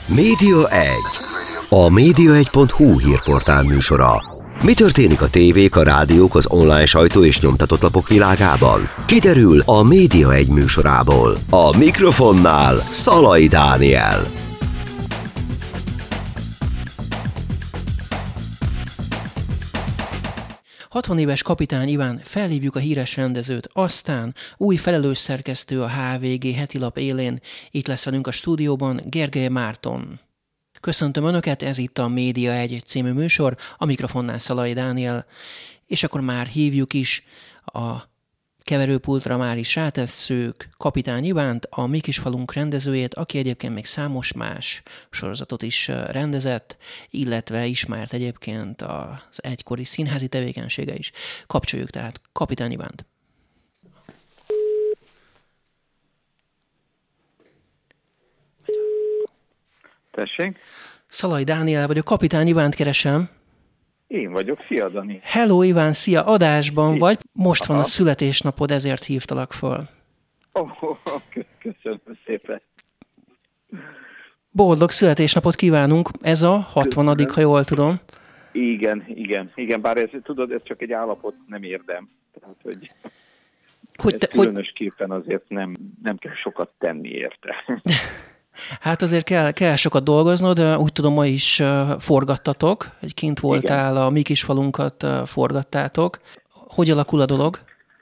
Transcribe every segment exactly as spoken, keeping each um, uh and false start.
Média egy. A média egy pont hu hírportál műsora. Mi történik a tévék, a rádiók, az online sajtó és nyomtatott lapok világában? Kiderül a Média egy műsorából. A mikrofonnál Szalai Dániel. hatvan éves Kapitány Iván, felhívjuk a híres rendezőt, aztán új felelős szerkesztő a há vé gé heti lap élén. Itt lesz velünk a stúdióban Gergely Márton. Köszöntöm Önöket, ez itt a Média egy című műsor, a mikrofonnál Szalai Dániel. És akkor már hívjuk is a keverőpultra, már is rátesszük Kapitány Ivánt, a Mi kis falunk rendezőjét, aki egyébként még számos más sorozatot is rendezett, illetve ismert egyébként az egykori színházi tevékenysége is. Kapcsoljuk tehát Kapitány Ivánt. Tessék? Szalai Dániel vagyok, Kapitány Ivánt keresem. Én vagyok, szia Dani. Hello Iván, szia, adásban Én. vagy? Most Aha. van a születésnapod, ezért hívtalak föl. Oh, oh, oh, köszönöm szépen. Boldog születésnapot kívánunk, ez a hatvanadik, ha jól tudom. Igen, igen, igen, bár ez, tudod, ez csak egy állapot, nem érdem. Tehát, hogy, Hogy te, különösképpen azért nem, nem kell sokat tenni érte. Hát azért kell, kell sokat dolgoznod, úgy tudom, ma is forgattatok, hogy kint voltál, igen. A Mi kis falunkat forgattátok. Hogy alakul a dolog?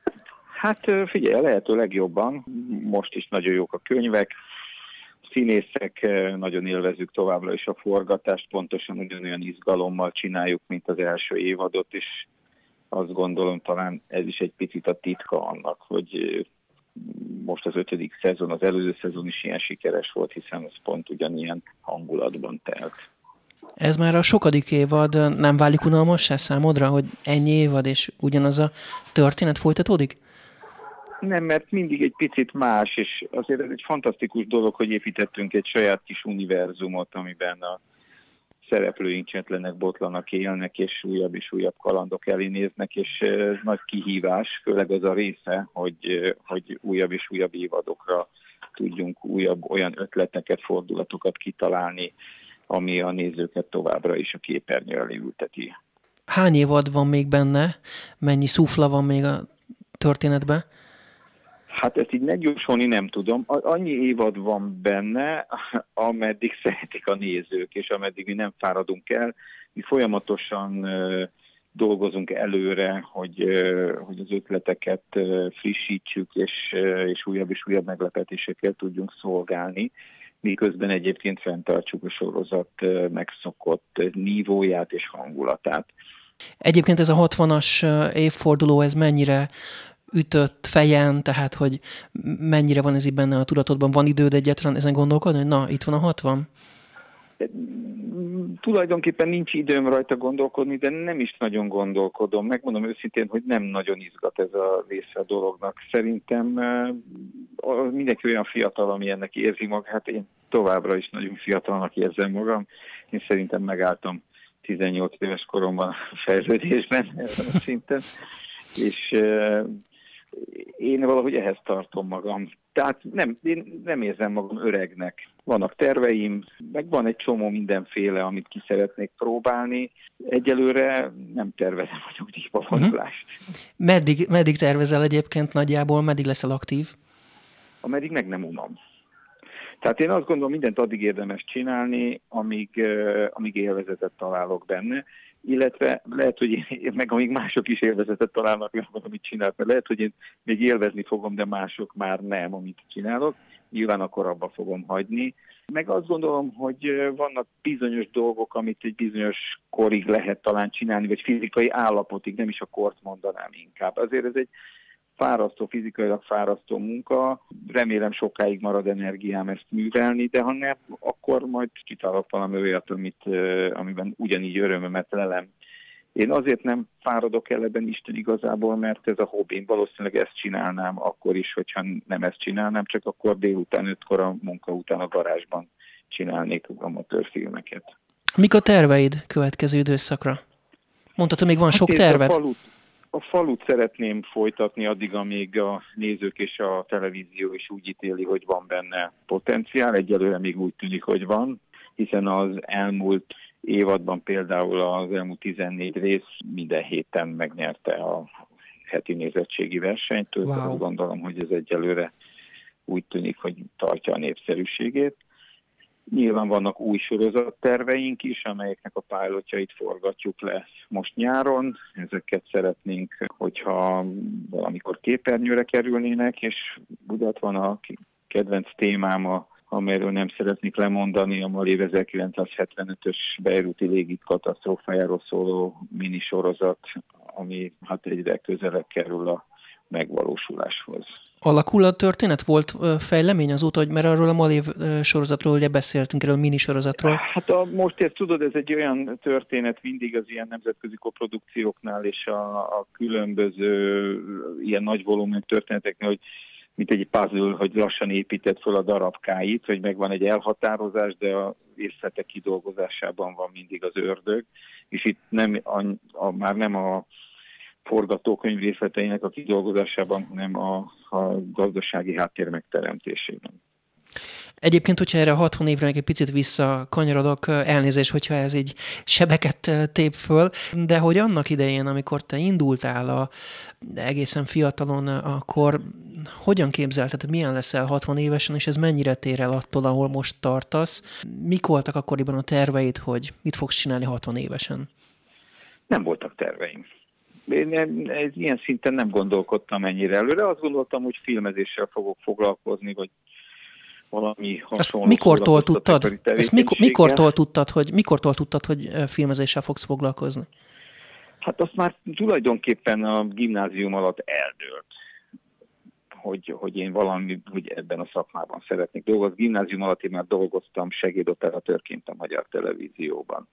Hát figyelj, a lehető legjobban, most is nagyon jók a könyvek, színészek, nagyon élvezzük továbbra is a forgatást, pontosan ugyanolyan izgalommal csináljuk, mint az első évadot, és azt gondolom, talán ez is egy picit a titka annak, hogy most az ötödik szezon, az előző szezon is ilyen sikeres volt, hiszen az pont ugyanilyen hangulatban telt. Ez már a sokadik évad, nem válik unalmassá számodra, hogy ennyi évad és ugyanaz a történet folytatódik? Nem, mert mindig egy picit más, és azért ez egy fantasztikus dolog, hogy építettünk egy saját kis univerzumot, amiben a szereplőink csendlenek, botlanak, élnek, és újabb és újabb kalandok elé néznek, és ez nagy kihívás, főleg az a része, hogy, hogy újabb és újabb évadokra tudjunk újabb olyan ötleteket, fordulatokat kitalálni, ami a nézőket továbbra is a képernyő elé ülteti. Hány évad van még benne? Mennyi szufla van még a történetben? Hát ezt így megjósolni nem tudom. Annyi évad van benne, ameddig szeretik a nézők, és ameddig mi nem fáradunk el. Mi folyamatosan uh, dolgozunk előre, hogy, uh, hogy az ötleteket uh, frissítsük, és, uh, és újabb és újabb meglepetésekkel tudjunk szolgálni, miközben egyébként fenntartsuk a sorozat uh, megszokott nívóját és hangulatát. Egyébként ez a hatvanas évforduló, ez mennyire ütött fejen, tehát hogy mennyire van ez így benne a tudatodban? Van időd egyáltalán ezen gondolkodni, hogy na, itt van a hatvan? Tulajdonképpen nincs időm rajta gondolkodni, de nem is nagyon gondolkodom. Megmondom őszintén, hogy nem nagyon izgat ez a része a dolognak. Szerintem mindenki olyan fiatal, ami ennek érzi magát. Én továbbra is nagyon fiatalnak érzem magam. Én szerintem megálltam tizennyolc éves koromban a fejlődésben ezen a szinten. És én valahogy ehhez tartom magam. Tehát nem, én nem érzem magam öregnek. Vannak terveim, meg van egy csomó mindenféle, amit ki szeretnék próbálni. Egyelőre nem tervezem a nyugdíjba vonulást. Uh-huh. Meddig, meddig tervezel egyébként nagyjából? Meddig leszel aktív? Ameddig meg nem unom. Tehát én azt gondolom, mindent addig érdemes csinálni, amíg, amíg élvezetet találok benne. Illetve lehet, hogy én, meg amíg mások is élvezetet találnak, amit csinálok, mert lehet, hogy én még élvezni fogom, de mások már nem, amit csinálok. Nyilván akkor abba fogom hagyni. Meg azt gondolom, hogy vannak bizonyos dolgok, amit egy bizonyos korig lehet talán csinálni, vagy fizikai állapotig, nem is a kort mondanám inkább. Azért ez egy fárasztó, fizikailag fárasztó munka. Remélem sokáig marad energiám ezt művelni, de ha nem, akkor majd kitalálok valami olyat, amit, amiben ugyanígy örömömet lelem. Én azért nem fáradok el ebben Isten igazából, mert ez a hobbim. Valószínűleg ezt csinálnám akkor is, hogyha nem ezt csinálnám, csak akkor délután ötkor a munka után a garázsban csinálnék amatőrfilmeket. Mik a terveid következő időszakra? Mondtad, hogy még van hát sok terved? A falut, A falut szeretném folytatni addig, amíg a nézők és a televízió is úgy ítéli, hogy van benne potenciál. Egyelőre még úgy tűnik, hogy van, hiszen az elmúlt évadban például az elmúlt tizennégy rész minden héten megnyerte a heti nézettségi versenyt. Wow. Azt gondolom, hogy ez egyelőre úgy tűnik, hogy tartja a népszerűségét. Nyilván vannak új sorozatterveink is, amelyeknek a pilotjait forgatjuk le most nyáron. Ezeket szeretnénk, hogyha valamikor képernyőre kerülnének, és ugye ott van a kedvenc témám, amelyről nem szeretnék lemondani, a Malév ezerkilencszázhetvenötös beiruti légi katasztrófájáról szóló minisorozat, ami hát egyre közelebb kerül a megvalósuláshoz. Alakul a történet? Volt fejlemény azóta, hogy mert arról a Malév sorozatról ugye beszéltünk, erről a minisorozatról? Hát a, most ezt tudod, ez egy olyan történet mindig az ilyen nemzetközi koprodukcióknál és a, a különböző ilyen nagy volumenű történeteknél, hogy mint egy puzzle, hogy lassan épített föl a darabkáit, hogy megvan egy elhatározás, de a részletek kidolgozásában van mindig az ördög, és itt nem a, a, már nem a forgatókönyv részleteinek a kidolgozásában, hanem a, a gazdasági háttér megteremtésében. Egyébként, hogyha erre a hatvan évre egy picit visszakanyarodok, elnézést, hogyha ez így sebeket tép föl, de hogy annak idején, amikor te indultál a, egészen fiatalon, akkor hogyan képzelted, hogy milyen leszel hatvan évesen, és ez mennyire tér el attól, ahol most tartasz? Mik voltak akkoriban a terveid, hogy mit fogsz csinálni hatvan évesen? Nem voltak terveim. Én ilyen szinten nem gondolkodtam ennyire előre. Azt gondoltam, hogy filmezéssel fogok foglalkozni, vagy valami hasonló. Ezt mikortól tudtad? Ezt mikor, mikortól tudtad, hogy mikortól tudtad, hogy filmezéssel fogsz foglalkozni? Hát azt már tulajdonképpen a gimnázium alatt eldőlt, hogy, hogy én valami hogy ebben a szakmában szeretnék dolgozni. Gimnázium alatt én már dolgoztam segédoperatőrként a Magyar Televízióban.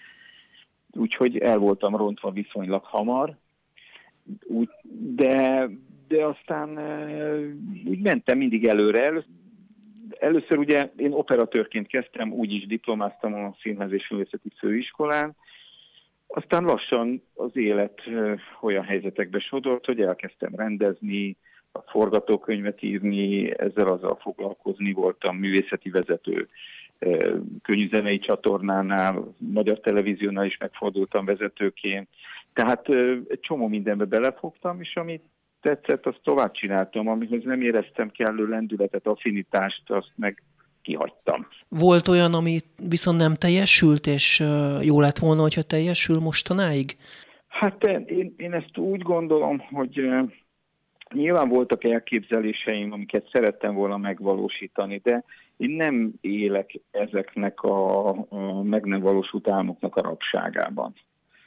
Úgyhogy el voltam rontva viszonylag hamar, úgy, de, de aztán úgy mentem mindig előre. Először, először ugye én operatőrként kezdtem, úgy is diplomáztam a Színház és Művészeti Főiskolán, aztán lassan az élet olyan helyzetekbe sodort, hogy elkezdtem rendezni, a forgatókönyvet írni, ezzel azzal foglalkozni, voltam művészeti vezető könnyűzenei csatornánál, Magyar Televíziónál is megfordultam vezetőként. Tehát egy csomó mindenbe belefogtam, és amit tetszett, azt tovább csináltam, amihez nem éreztem kellő lendületet, affinitást, azt meg kihagytam. Volt olyan, ami viszont nem teljesült, és jó lett volna, hogyha teljesül mostanáig? Hát én, én ezt úgy gondolom, hogy nyilván voltak elképzeléseim, amiket szerettem volna megvalósítani, de én nem élek ezeknek a, a meg nem valósult álmoknak a rabságában.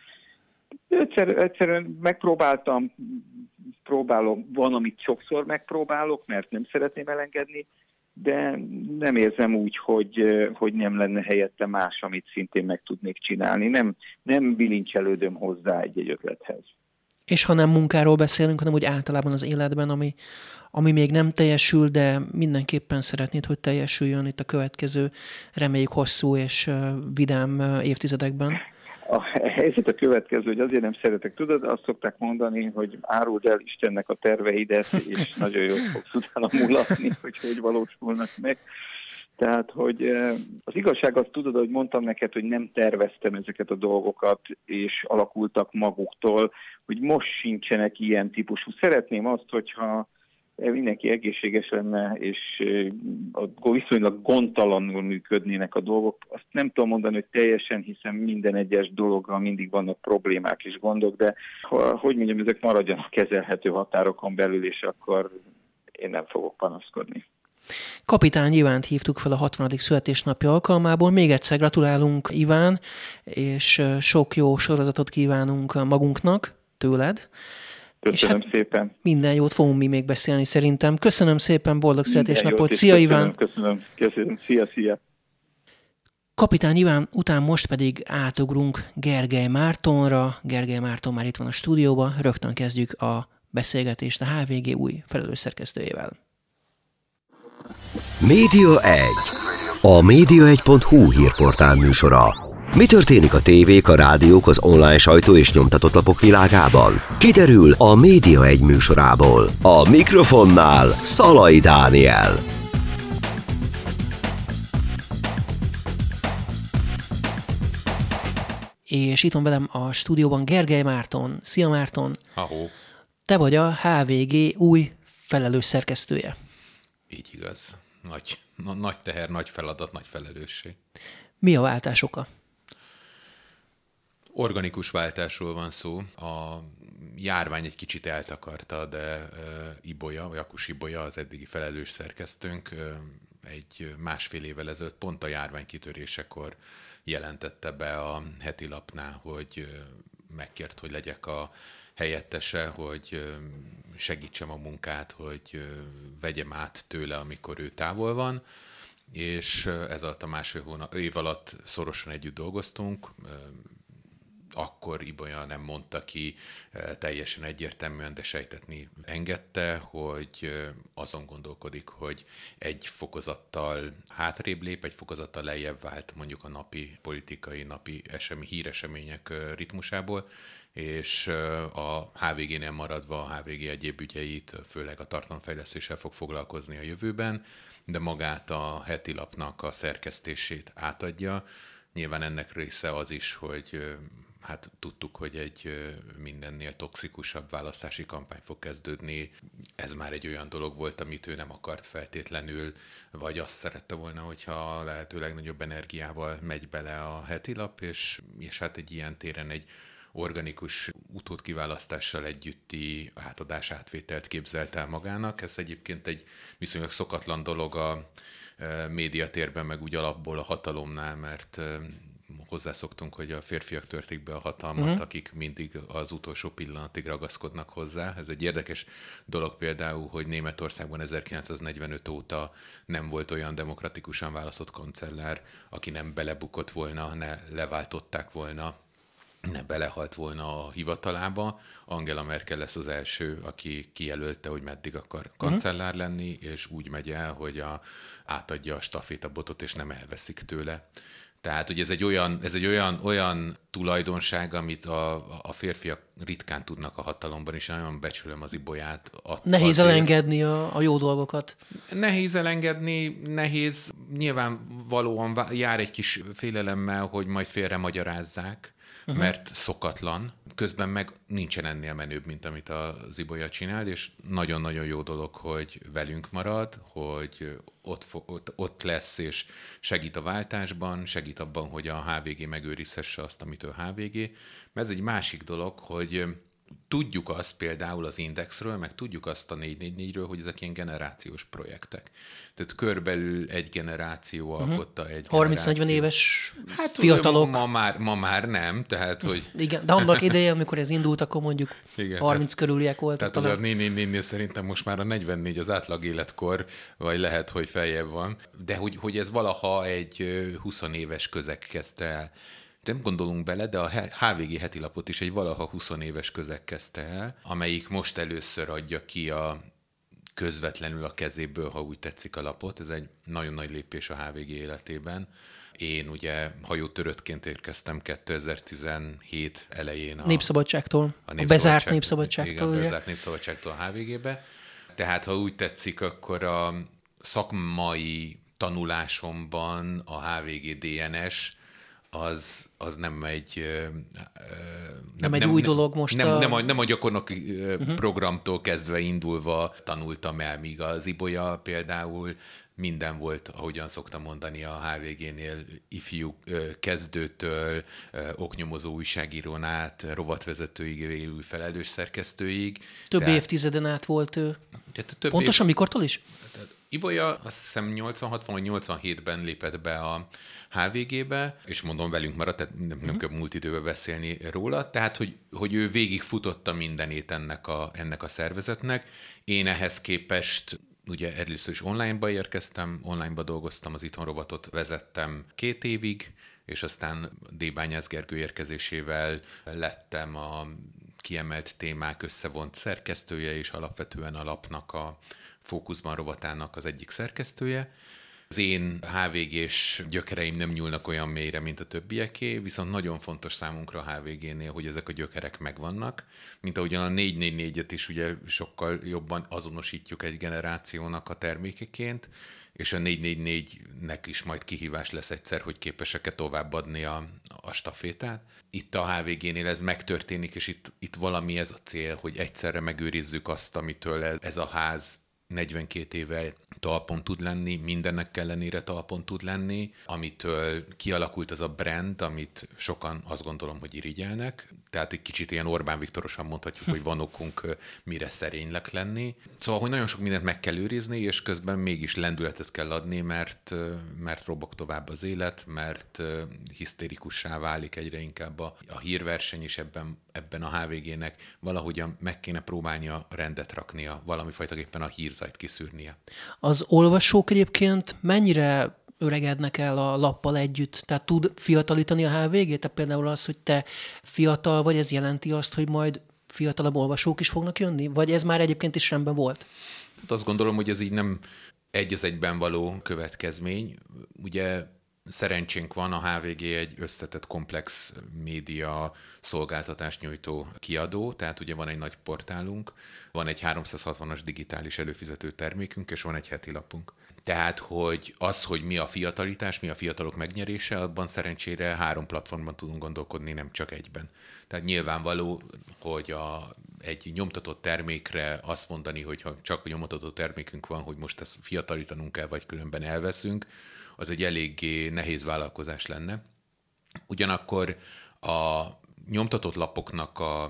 Egyszer, egyszerűen megpróbáltam, próbálok, van, amit sokszor megpróbálok, mert nem szeretném elengedni, de nem érzem úgy, hogy, hogy nem lenne helyette más, amit szintén meg tudnék csinálni. Nem, nem bilincselődöm hozzá egy-egy ötlethez. És ha nem munkáról beszélünk, hanem úgy általában az életben, ami, ami még nem teljesül, de mindenképpen szeretnéd, hogy teljesüljön itt a következő, reméljük hosszú és vidám évtizedekben? A helyzet a következő, hogy azért nem szeretek, tudod, azt szokták mondani, hogy áruld el Istennek a terveidet, és nagyon jól fogsz utána mulatni, hogy hogy valósulnak meg. Tehát, hogy az igazság azt tudod, hogy mondtam neked, hogy nem terveztem ezeket a dolgokat, és alakultak maguktól, hogy most sincsenek ilyen típusú. Szeretném azt, hogyha mindenki egészséges lenne, és viszonylag gondtalanul működnének a dolgok. Azt nem tudom mondani, hogy teljesen, hiszen minden egyes dologgal mindig vannak problémák és gondok, de ha, hogy mondjam, ezek maradjanak kezelhető határokon belül, és akkor én nem fogok panaszkodni. Kapitány Ivánt hívtuk fel a hatvanadik születésnapja alkalmából. Még egyszer gratulálunk, Iván, és sok jó sorozatot kívánunk magunknak, tőled. Köszönöm hát szépen. Minden jót fogunk mi még beszélni szerintem. Köszönöm szépen, boldog születésnapot. Szia, köszönöm, Iván! Köszönöm, köszönöm. Szia, szia! Kapitány Iván után most pedig átugrunk Gergely Mártonra. Gergely Márton már itt van a stúdióban. Rögtön kezdjük a beszélgetést a há vé gé új felelős szerkesztőjével. Média egy. A média egy pont hú hírportál műsora. Mi történik a tévék, a rádiók, az online sajtó és nyomtatott lapok világában? Kiderül a Média egy műsorából. A mikrofonnál Szalai Dániel. És itt van velem a stúdióban Gergely Márton. Szia Márton! Ahó. Te vagy a há vé gé új felelős szerkesztője. Így igaz. Nagy, na, nagy teher, nagy feladat, nagy felelősség. Mi a váltás oka? Organikus váltásról van szó. A járvány egy kicsit eltakarta, de uh, Ibolya, vagy Akus Ibolya, az eddigi felelős szerkesztőnk uh, egy másfél évvel ezelőtt pont a járvány kitörésekor jelentette be a heti lapnál, hogy uh, megkért, hogy legyek a helyettese, hogy uh, segítsem a munkát, hogy uh, vegyem át tőle, amikor ő távol van. És uh, ez alatt a másfél hónap, év alatt szorosan együtt dolgoztunk. Uh, Akkor Ibolya nem mondta ki teljesen egyértelműen, de sejtetni engedte, hogy azon gondolkodik, hogy egy fokozattal hátrébb lép, egy fokozattal lejjebb vált mondjuk a napi politikai, napi esemi, híresemények ritmusából, és a há vé génél maradva a há vé gé egyéb ügyeit, főleg a tartalomfejlesztéssel fog foglalkozni a jövőben, de magát a heti lapnak a szerkesztését átadja. Nyilván ennek része az is, hogy hát tudtuk, hogy egy mindennél toxikusabb választási kampány fog kezdődni. Ez már egy olyan dolog volt, amit ő nem akart feltétlenül, vagy azt szerette volna, hogyha a lehető legnagyobb energiával megy bele a heti lap, és, és hát egy ilyen téren egy organikus utódkiválasztással együtti átadás átvételt képzelt el magának. Ez egyébként egy viszonylag szokatlan dolog a médiatérben, meg úgy alapból a hatalomnál, mert hozzászoktunk, hogy a férfiak törték be a hatalmat, uh-huh. akik mindig az utolsó pillanatig ragaszkodnak hozzá. Ez egy érdekes dolog például, hogy Németországban ezerkilencszáznegyvenöt óta nem volt olyan demokratikusan választott kancellár, aki nem belebukott volna, ne leváltották volna, ne belehalt volna a hivatalába. Angela Merkel lesz az első, aki kijelölte, hogy meddig akar kancellár lenni, és úgy megy el, hogy a, átadja a stafétabotot, és nem elveszik tőle. Tehát, hogy ez egy olyan, ez egy olyan, olyan tulajdonság, amit a, a férfiak ritkán tudnak a hatalomban, és nagyon becsülöm az Ibolyát. Nehéz azért elengedni a, a jó dolgokat. Nehéz elengedni, nehéz, nyilvánvalóan jár egy kis félelemmel, hogy majd félre magyarázzák, uh-huh. mert szokatlan. Közben meg nincsen ennél menőbb, mint amit az Ibolya csinál, és nagyon-nagyon jó dolog, hogy velünk marad, hogy ott, ott, ott lesz, és segít a váltásban, segít abban, hogy a há vé gé megőrizhesse azt, amitől há vé gé. Mert ez egy másik dolog, hogy tudjuk azt például az Indexről, meg tudjuk azt a négy négy négyről, hogy ezek ilyen generációs projektek. Tehát körbelül egy generáció uh-huh. alkotta egy harminc-negyven éves hát, fiatalok. Ma már, ma már nem, tehát hogy... Igen, de annak ideje, amikor ez indult, akkor mondjuk igen, harminc tehát, körüliek voltak. Tehát talán. A négy négy négynél szerintem most már a negyvennégy az átlag életkor, vagy lehet, hogy feljebb van. De hogy, hogy ez valaha egy húsz éves közeg kezdte el. Nem gondolunk bele, de a há vé gé heti lapot is egy valaha húsz éves közeg kezdte el, amelyik most először adja ki a közvetlenül a kezéből, ha úgy tetszik a lapot. Ez egy nagyon nagy lépés a há vé gé életében. Én ugye hajótöröttként érkeztem kétezer-tizenhét elején. A Népszabadságtól. A, a népszabadság, bezárt Népszabadságtól. Igen, a bezárt Népszabadságtól a há vé gébe. Tehát ha úgy tetszik, akkor a szakmai tanulásomban a há vé gé dé en es Az, az nem egy... Nem, nem egy nem, új dolog most nem, a... Nem a, nem a gyakornoki uh-huh. programtól kezdve indulva tanultam el, míg az Ibolya például minden volt, ahogyan szoktam mondani a há vé génél, ifjú kezdőtől, oknyomozó újságírón át, rovatvezetőig, végül felelős szerkesztőig. Több Tehát, évtizeden át volt ő. Több Pontosan év... mikortól is? Ibolya azt hiszem nyolcvanhat vagy nyolcvanhétben lépett be a há vé gébe, és mondom, velünk maradt, tehát nem, nem kell múlt időben beszélni róla, tehát hogy, hogy ő végigfutotta mindenét ennek a, ennek a szervezetnek. Én ehhez képest ugye először is online-ba érkeztem, online-ba dolgoztam, az Itthon rovatot vezettem két évig, és aztán D. Bányász Gergő érkezésével lettem a kiemelt témák összevont szerkesztője, és alapvetően a lapnak a Fókuszban rovatának az egyik szerkesztője, Az én há vé gés gyökereim nem nyúlnak olyan mélyre, mint a többieké, viszont nagyon fontos számunkra a há vé génél, hogy ezek a gyökerek megvannak, mint ahogyan a négy négy négyet is ugye sokkal jobban azonosítjuk egy generációnak a termékeként, és a négy négy négynek is majd kihívás lesz egyszer, hogy képesek-e továbbadni a, a stafétát. Itt a há vé génél ez megtörténik, és itt, itt valami ez a cél, hogy egyszerre megőrizzük azt, amitől ez a ház negyvenkét éve talpon tud lenni, mindennek ellenére talpon tud lenni, amitől kialakult az a brand, amit sokan azt gondolom, hogy irigyelnek. Tehát egy kicsit ilyen Orbán Viktorosan mondhatjuk, hogy van okunk mire szerénynek lenni. Szóval, hogy nagyon sok mindent meg kell őrizni, és közben mégis lendületet kell adni, mert, mert robog tovább az élet, mert hisztérikussá válik egyre inkább a, a hírverseny, és ebben, ebben a há vé gének valahogyan meg kéne próbálnia rendet raknia, valami fajtaképpen a hírzajt kiszűrnie. Az olvasók egyébként mennyire öregednek el a lappal együtt? Tehát tud fiatalítani a há vé gé? Tehát például az, hogy te fiatal vagy, ez jelenti azt, hogy majd fiatalabb olvasók is fognak jönni? Vagy ez már egyébként is rendben volt? Hát azt gondolom, hogy ez így nem egy az egyben való következmény. Ugye szerencsénk van, a há vé gé egy összetett komplex média szolgáltatást nyújtó kiadó, tehát ugye van egy nagy portálunk, van egy háromszázhatvanas digitális előfizető termékünk, és van egy heti lapunk. Tehát, hogy az, hogy mi a fiatalitás, mi a fiatalok megnyerése, abban szerencsére három platformban tudunk gondolkodni, nem csak egyben. Tehát nyilvánvaló, hogy a, egy nyomtatott termékre azt mondani, hogy ha csak a nyomtatott termékünk van, hogy most ezt fiatalítanunk kell, vagy különben elveszünk, az egy eléggé nehéz vállalkozás lenne. Ugyanakkor a nyomtatott lapoknak a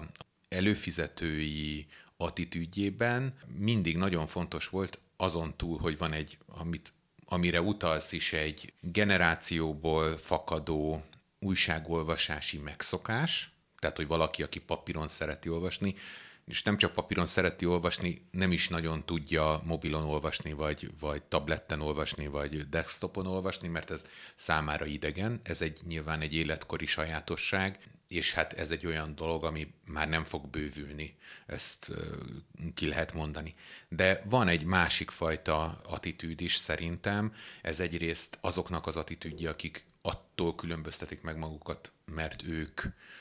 előfizetői attitűdjében mindig nagyon fontos volt, azon túl, hogy van egy, amit, amire utalsz is, egy generációból fakadó újságolvasási megszokás, tehát, hogy valaki, aki papíron szereti olvasni, és nem csak papíron szereti olvasni, nem is nagyon tudja mobilon olvasni, vagy, vagy tabletten olvasni, vagy desktopon olvasni, mert ez számára idegen. Ez egy nyilván egy életkori sajátosság, és hát ez egy olyan dolog, ami már nem fog bővülni, ezt ki lehet mondani. De van egy másik fajta attitűd is szerintem, ez egyrészt azoknak az attitűdje, akik attól különböztetik meg magukat, mert ők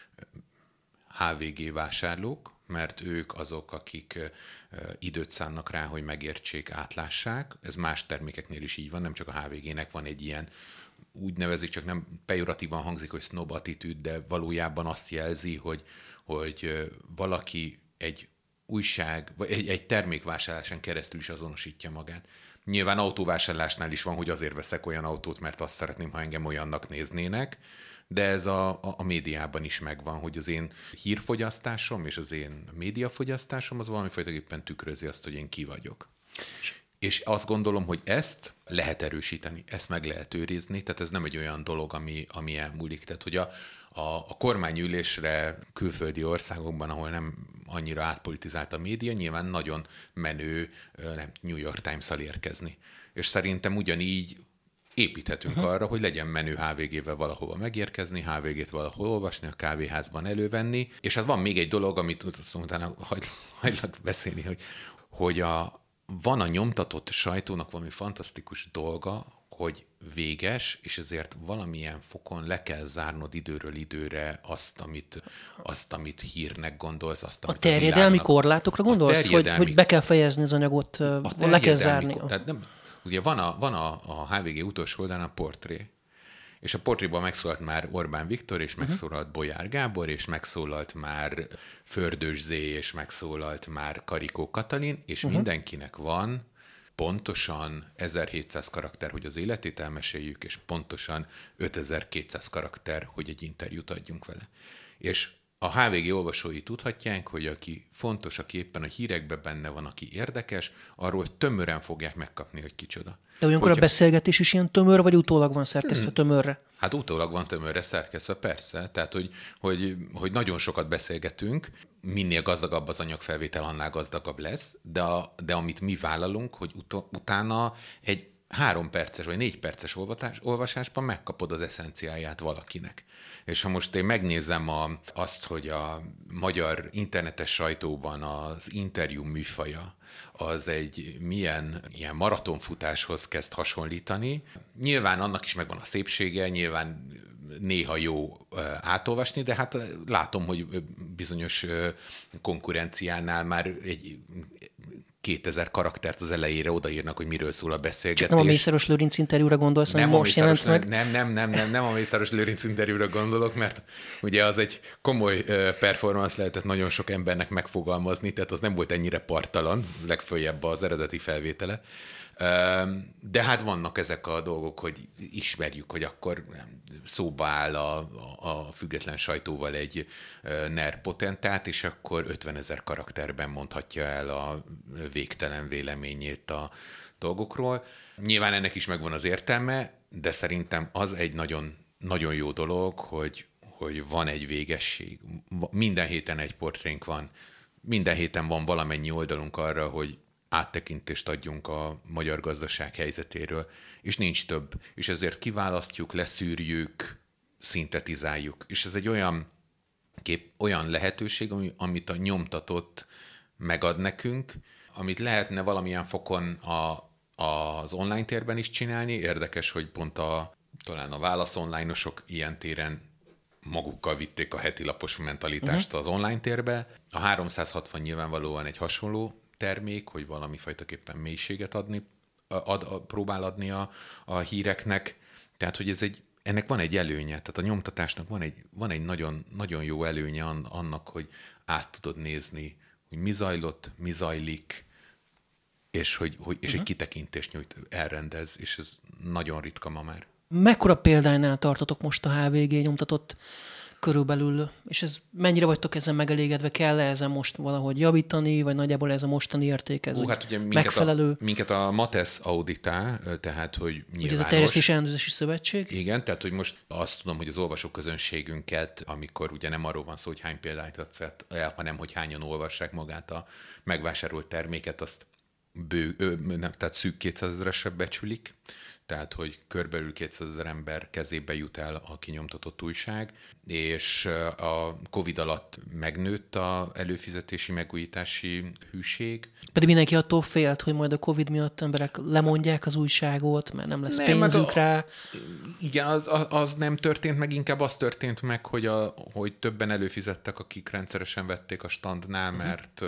há vé gé vásárlók, mert ők azok, akik időt szánnak rá, hogy megértsék, átlássák. Ez más termékeknél is így van, nem csak a há vé gének van egy ilyen, úgy nevezik, csak nem pejoratívan hangzik, hogy snob attitűd, de valójában azt jelzi, hogy, hogy valaki egy újság, vagy egy, egy termékvásárlásán keresztül is azonosítja magát. Nyilván autóvásárlásnál is van, hogy azért veszek olyan autót, mert azt szeretném, ha engem olyannak néznének, de ez a, a, a médiában is megvan, hogy az én hírfogyasztásom és az én médiafogyasztásom az valami fajtaképpen tükrözi azt, hogy én ki vagyok. És azt gondolom, hogy ezt lehet erősíteni, ezt meg lehet őrizni, tehát ez nem egy olyan dolog, ami, ami elmúlik. Tehát, hogy a, a, a kormányülésre külföldi országokban, ahol nem annyira átpolitizált a média, nyilván nagyon menő nem, New York Times-szal érkezni. És szerintem ugyanígy építhetünk uh-huh. arra, hogy legyen menő há vé gével valahova megérkezni, há vé gét valahol olvasni, a kávéházban elővenni. És hát van még egy dolog, amit utána hagylak beszélni, hogy, hogy a, van a nyomtatott sajtónak valami fantasztikus dolga, hogy véges, és ezért valamilyen fokon le kell zárnod időről időre azt, amit, azt, amit hírnek gondolsz. Azt, amit a terjedelmi a világnak... korlátokra gondolsz, terjedelmi... hogy, hogy be kell fejezni az anyagot, le kell zárni? Ko... Tehát nem... Ugye van a, van a, a há vé gé utolsó oldalán a portré, és a portréban megszólalt már Orbán Viktor, és uh-huh. megszólalt Bolyár Gábor, és megszólalt már Fördős Zé, és megszólalt már Karikó Katalin, és uh-huh. mindenkinek van pontosan ezerhétszáz karakter, hogy az életét elmeséljük, és pontosan ötezer-kétszáz karakter, hogy egy interjút adjunk vele. És a há vé gé olvasói tudhatják, hogy aki fontos, aki éppen a hírekben benne van, aki érdekes, arról tömören fogják megkapni, hogy kicsoda. De olyankor Hogyha... a beszélgetés is ilyen tömör, vagy utólag van szerkesztve hmm. tömörre? Hát utólag van tömörre szerkesztve, persze. Tehát, hogy, hogy, hogy nagyon sokat beszélgetünk, minél gazdagabb az anyagfelvétel, annál gazdagabb lesz, de, a, de amit mi vállalunk, hogy ut- utána egy három perces vagy négy perces olvatás, olvasásban megkapod az eszenciáját valakinek. És ha most én megnézem a, azt, hogy a magyar internetes sajtóban az interjú műfaja az egy milyen ilyen maratonfutáshoz kezd hasonlítani. Nyilván annak is megvan a szépsége, nyilván néha jó átolvasni, de hát látom, hogy bizonyos konkurenciánál már egy kétezer karaktert az elejére odaírnak, hogy miről szól a beszélgetés. Csak nem a Mészáros Lőrinc interjúra gondolsz, nem most jelent meg? Nem, nem, nem, nem, nem a Mészáros Lőrinc interjúra gondolok, mert ugye az egy komoly performance lehetett nagyon sok embernek megfogalmazni, tehát az nem volt ennyire parttalan, legföljebb az eredeti felvétele. De hát vannak ezek a dolgok, hogy ismerjük, hogy akkor szóba áll a, a független sajtóval egy en e er potentát, és akkor ötvenezer karakterben mondhatja el a végtelen véleményét a dolgokról. Nyilván ennek is megvan az értelme, de szerintem az egy nagyon, nagyon jó dolog, hogy, hogy van egy végesség. Minden héten egy portrénk van, minden héten van valamennyi oldalunk arra, hogy áttekintést adjunk a magyar gazdaság helyzetéről, és nincs több. És ezért kiválasztjuk, leszűrjük, szintetizáljuk. És ez egy olyan, kép, olyan lehetőség, amit a nyomtatott megad nekünk, amit lehetne valamilyen fokon a, az online térben is csinálni. Érdekes, hogy pont a, talán a Válasz online-osok ilyen téren magukkal vitték a heti lapos mentalitást uh-huh. az online térbe. A háromszázhatvan nyilvánvalóan egy hasonló termék, hogy valami fajtaképpen mélységet adni, ad, ad, próbál adni a, a híreknek. Tehát, hogy ez egy, ennek van egy előnye, tehát a nyomtatásnak van egy, van egy nagyon, nagyon jó előnye annak, hogy át tudod nézni, hogy mi zajlott, mi zajlik, és, hogy, hogy, és uh-huh. egy kitekintést nyújt, elrendez, és ez nagyon ritka ma már. Mekkora példánynál tartotok most a há vé gé nyomtatott körülbelül, és ez mennyire vagytok ezen megelégedve, kell-e ezen most valahogy javítani, vagy nagyjából ez a mostani érték, ez Ó, hát ugye minket megfelelő? A, minket a Matesz auditál, tehát hogy nyilvános. Ugye ez a Terjesztési Ellenőrzési Szövetség? Igen, tehát hogy most azt tudom, hogy az olvasóközönségünket, amikor ugye nem arról van szó, hogy hány példányt adsz el, hanem hogy hányan olvassák magát a megvásárolt terméket, azt bő, ö, nem, tehát szűk kétszázezresre becsülik, tehát hogy körülbelül kétszázezer ember kezébe jut el a kinyomtatott újság, és a Covid alatt megnőtt az előfizetési megújítási hűség. Pedig mindenki attól félt, hogy majd a Covid miatt emberek lemondják az újságot, mert nem lesz nem, pénzük a, rá. Igen, az, az nem történt meg, inkább az történt meg, hogy, a, hogy többen előfizettek, akik rendszeresen vették a standnál, uh-huh. mert...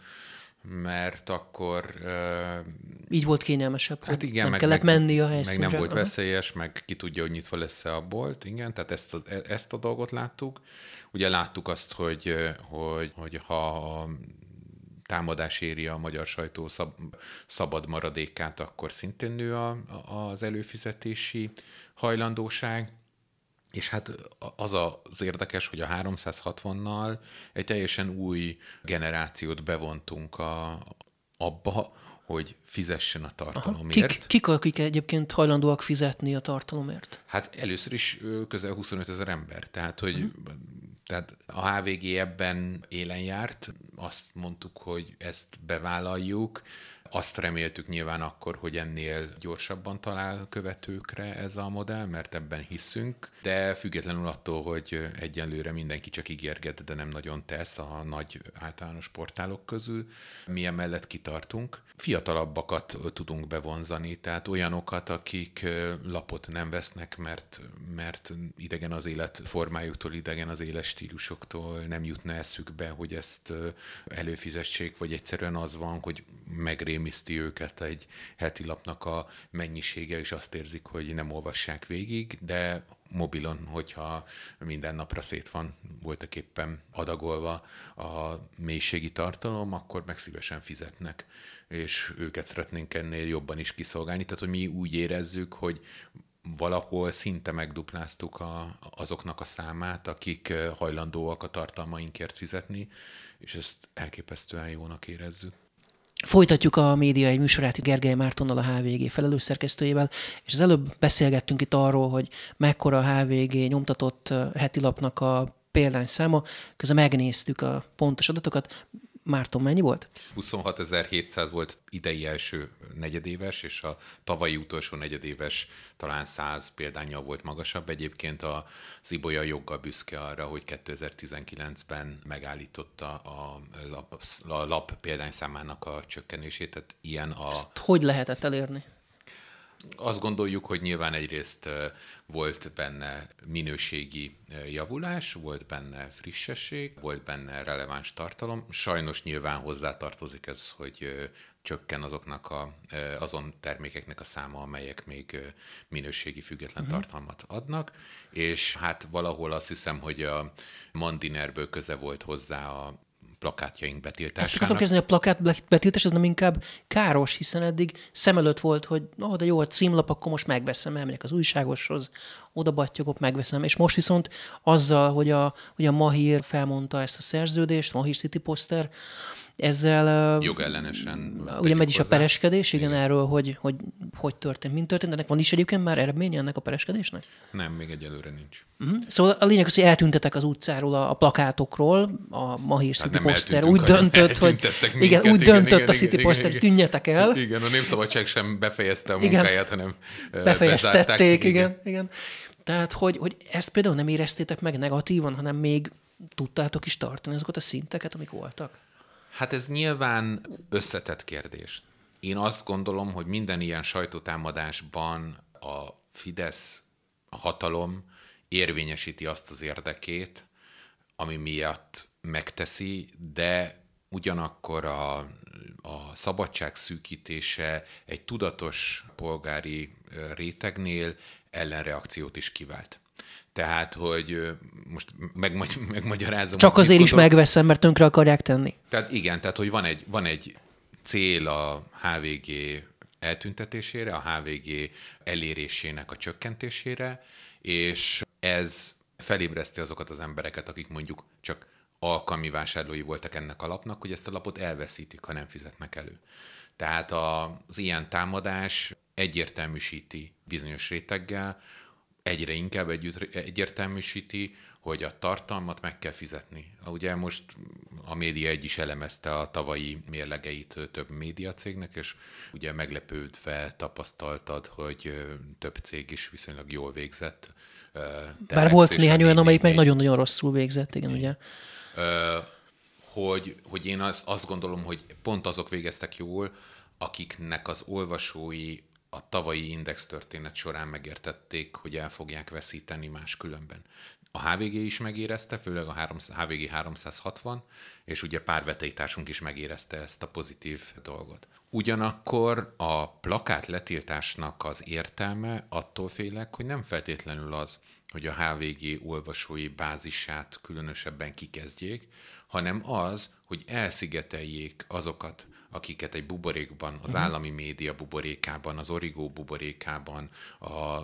mert akkor... Uh, Így volt kényelmesebb, hát igen, nem meg, kellett meg, menni a helyszínre. Meg nem volt Aha. veszélyes, meg ki tudja, hogy nyitva lesz-e a bolt, igen, tehát ezt a, ezt a dolgot láttuk. Ugye láttuk azt, hogy, hogy, hogy ha a támadás éri a magyar sajtó szab, szabad maradékát, akkor szintén nő a, az előfizetési hajlandóság. És hát az az érdekes, hogy a háromszázhatvannal egy teljesen új generációt bevontunk a, abba, hogy fizessen a tartalomért. Kik, kik, akik egyébként hajlandóak fizetni a tartalomért? Hát először is közel huszonötezer ember. Tehát, hogy uh-huh. tehát a há vé gé ebben élen járt. Azt mondtuk, hogy ezt bevállaljuk. Azt reméltük nyilván akkor, hogy ennél gyorsabban talál követőkre ez a modell, mert ebben hiszünk, de függetlenül attól, hogy egyenlőre mindenki csak ígérget, de nem nagyon tesz a nagy általános portálok közül, mi emellett kitartunk. Fiatalabbakat tudunk bevonzani, tehát olyanokat, akik lapot nem vesznek, mert, mert idegen az életformájuktól, idegen az életstílusoktól, nem jutna eszükbe, hogy ezt előfizessék, vagy egyszerűen az van, hogy megrémiszti őket egy heti lapnak a mennyisége, és azt érzik, hogy nem olvassák végig, de mobilon, hogyha minden napra szét van voltak éppen adagolva a mélységi tartalom, akkor meg szívesen fizetnek, és őket szeretnénk ennél jobban is kiszolgálni. Tehát, hogy mi úgy érezzük, hogy valahol szinte megdupláztuk a, azoknak a számát, akik hajlandóak a tartalmainkért fizetni, és ezt elképesztően jónak érezzük. Folytatjuk a Média egy műsorát itt Gergely Mártonnal, a há vé gé felelős szerkesztőjével, és az előbb beszélgettünk itt arról, hogy mekkora a há vé gé nyomtatott heti lapnak a példányszáma, közben megnéztük a pontos adatokat. Márton mennyi volt? huszonhatezer-hétszáz volt idei első negyedéves, és a tavalyi utolsó negyedéves talán száz példánnyal volt magasabb. Egyébként az Ibolya joggal büszke arra, hogy kétezer-tizenkilencben megállította a lap, a lap példányszámának a csökkenését. Tehát ilyen a... Ezt hogy lehetett elérni? Azt gondoljuk, hogy nyilván egyrészt volt benne minőségi javulás, volt benne frissesség, volt benne releváns tartalom. Sajnos nyilván hozzátartozik ez, hogy csökken azoknak a, azon termékeknek a száma, amelyek még minőségi független uh-huh. tartalmat adnak, és hát valahol azt hiszem, hogy a Mandinerből köze volt hozzá a plakátjaink betiltásának. Ezt akartam kezdeni, a plakát betiltás, ez nem inkább káros, hiszen eddig szem előtt volt, hogy ó, de jó, a címlap, akkor most megveszem, elmegyek az újságoshoz, oda battyogok, megveszem. És most viszont azzal, hogy a, hogy a Mahír felmondta ezt a szerződést, Mahír City Poster, ezzel... Jogellenesen. Ugye megy is hozzá. A pereskedés, igen, igen, erről, hogy, hogy hogy történt, mint történt. Ennek van is egyébként már eredménye ennek a pereskedésnek? Nem, még egyelőre nincs. Uh-huh. Szóval a lényeg az, hogy eltüntetek az utcáról, a, a plakátokról, a Mahír City hát Poster úgy döntött, hogy minket, igen, úgy igen, döntött igen, a City igen, Poster, hogy tűnjetek el. Igen, a Népszabadság sem befejezte a igen, munkáját, hanem befejeztették, igen, igen, igen. Tehát, hogy, hogy ezt például nem éreztétek meg negatívan, hanem még tudtátok is tartani azokat a szinteket, amik voltak? Hát ez nyilván összetett kérdés. Én azt gondolom, hogy minden ilyen sajtótámadásban a Fidesz, a hatalom érvényesíti azt az érdekét, ami miatt megteszi, de ugyanakkor a, a szabadság szűkítése egy tudatos polgári rétegnél ellenreakciót is kivált. Tehát, hogy most megmagy- megmagyarázom. Csak azért is gondolom. megveszem, mert tönkre akarják tenni. Tehát igen, tehát hogy van egy, van egy cél a há vé gé eltüntetésére, a há vé gé elérésének a csökkentésére, és ez felébreszti azokat az embereket, akik mondjuk csak alkalmi vásárlói voltak ennek a lapnak, hogy ezt a lapot elveszítik, ha nem fizetnek elő. Tehát az ilyen támadás egyértelműsíti bizonyos réteggel, egyre inkább együtt egyértelműsíti, hogy a tartalmat meg kell fizetni. Ugye most a Média egy is elemezte a tavalyi mérlegeit több médiacégnek, és ugye meglepődve tapasztaltad, hogy több cég is viszonylag jól végzett. Bár volt néhány olyan, amelyik meg nagyon-nagyon rosszul végzett, igen, ugye? Hogy, hogy én azt, azt gondolom, hogy pont azok végeztek jól, akiknek az olvasói a tavalyi index történet során megértették, hogy el fogják veszíteni máskülönben. A há vé gé is megérezte, főleg a há vé gé háromszázhatvan, és ugye pár vetélytársunk is megérezte ezt a pozitív dolgot. Ugyanakkor a plakát letiltásnak az értelme attól félek, hogy nem feltétlenül az, hogy a há vé gé olvasói bázisát különösebben kikezdjék, hanem az, hogy elszigeteljék azokat, akiket egy buborékban, az állami média buborékában, az Origo buborékában, a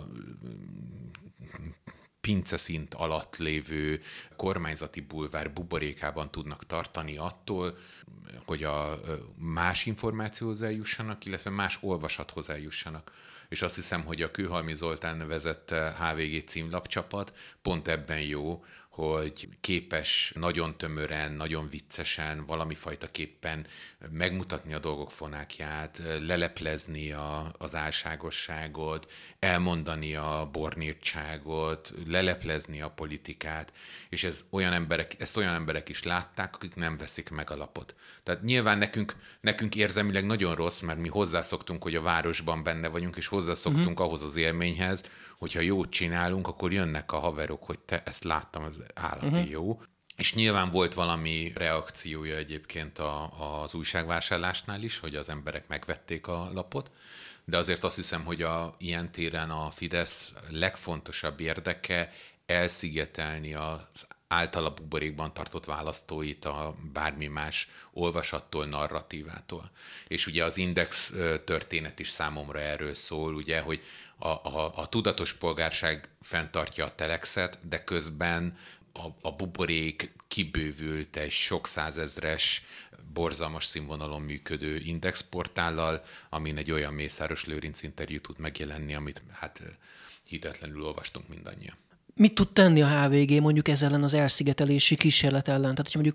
pinceszint alatt lévő kormányzati bulvár buborékában tudnak tartani attól, hogy a más információhoz eljussanak, illetve más olvasathoz eljussanak. És azt hiszem, hogy a Kőhalmi Zoltán vezette há vé gé címlapcsapat pont ebben jó, hogy képes nagyon tömören, nagyon viccesen, valami fajta képpen megmutatni a dolgok fonákját, leleplezni a, az álságosságot, elmondani a bornírtságot, leleplezni a politikát, és ez olyan emberek, ezt olyan emberek is látták, akik nem veszik meg a lapot. Tehát nyilván nekünk, nekünk érzelmileg nagyon rossz, mert mi hozzászoktunk, hogy a városban benne vagyunk, és hozzászoktunk uh-huh. ahhoz az élményhez, hogyha jót csinálunk, akkor jönnek a haverok, hogy te ezt láttam, ez állati uh-huh. jó. És nyilván volt valami reakciója egyébként a, az újságvásárlásnál is, hogy az emberek megvették a lapot, de azért azt hiszem, hogy a, ilyen téren a Fidesz legfontosabb érdeke elszigetelni az általa buborékban tartott választóit a bármi más olvasattól, narratívától. És ugye az Index történet is számomra erről szól, ugye, hogy a, a, a tudatos polgárság fenntartja a telexet, de közben a, a buborék kibővült egy sok százezres, borzalmas színvonalon működő indexportállal, amin egy olyan Mészáros Lőrinc interjú tud megjelenni, amit hát hitetlenül olvastunk mindannyian. Mit tud tenni a há vé gé mondjuk ezzel ellen az elszigetelési kísérlet ellen? Tehát, hogy mondjuk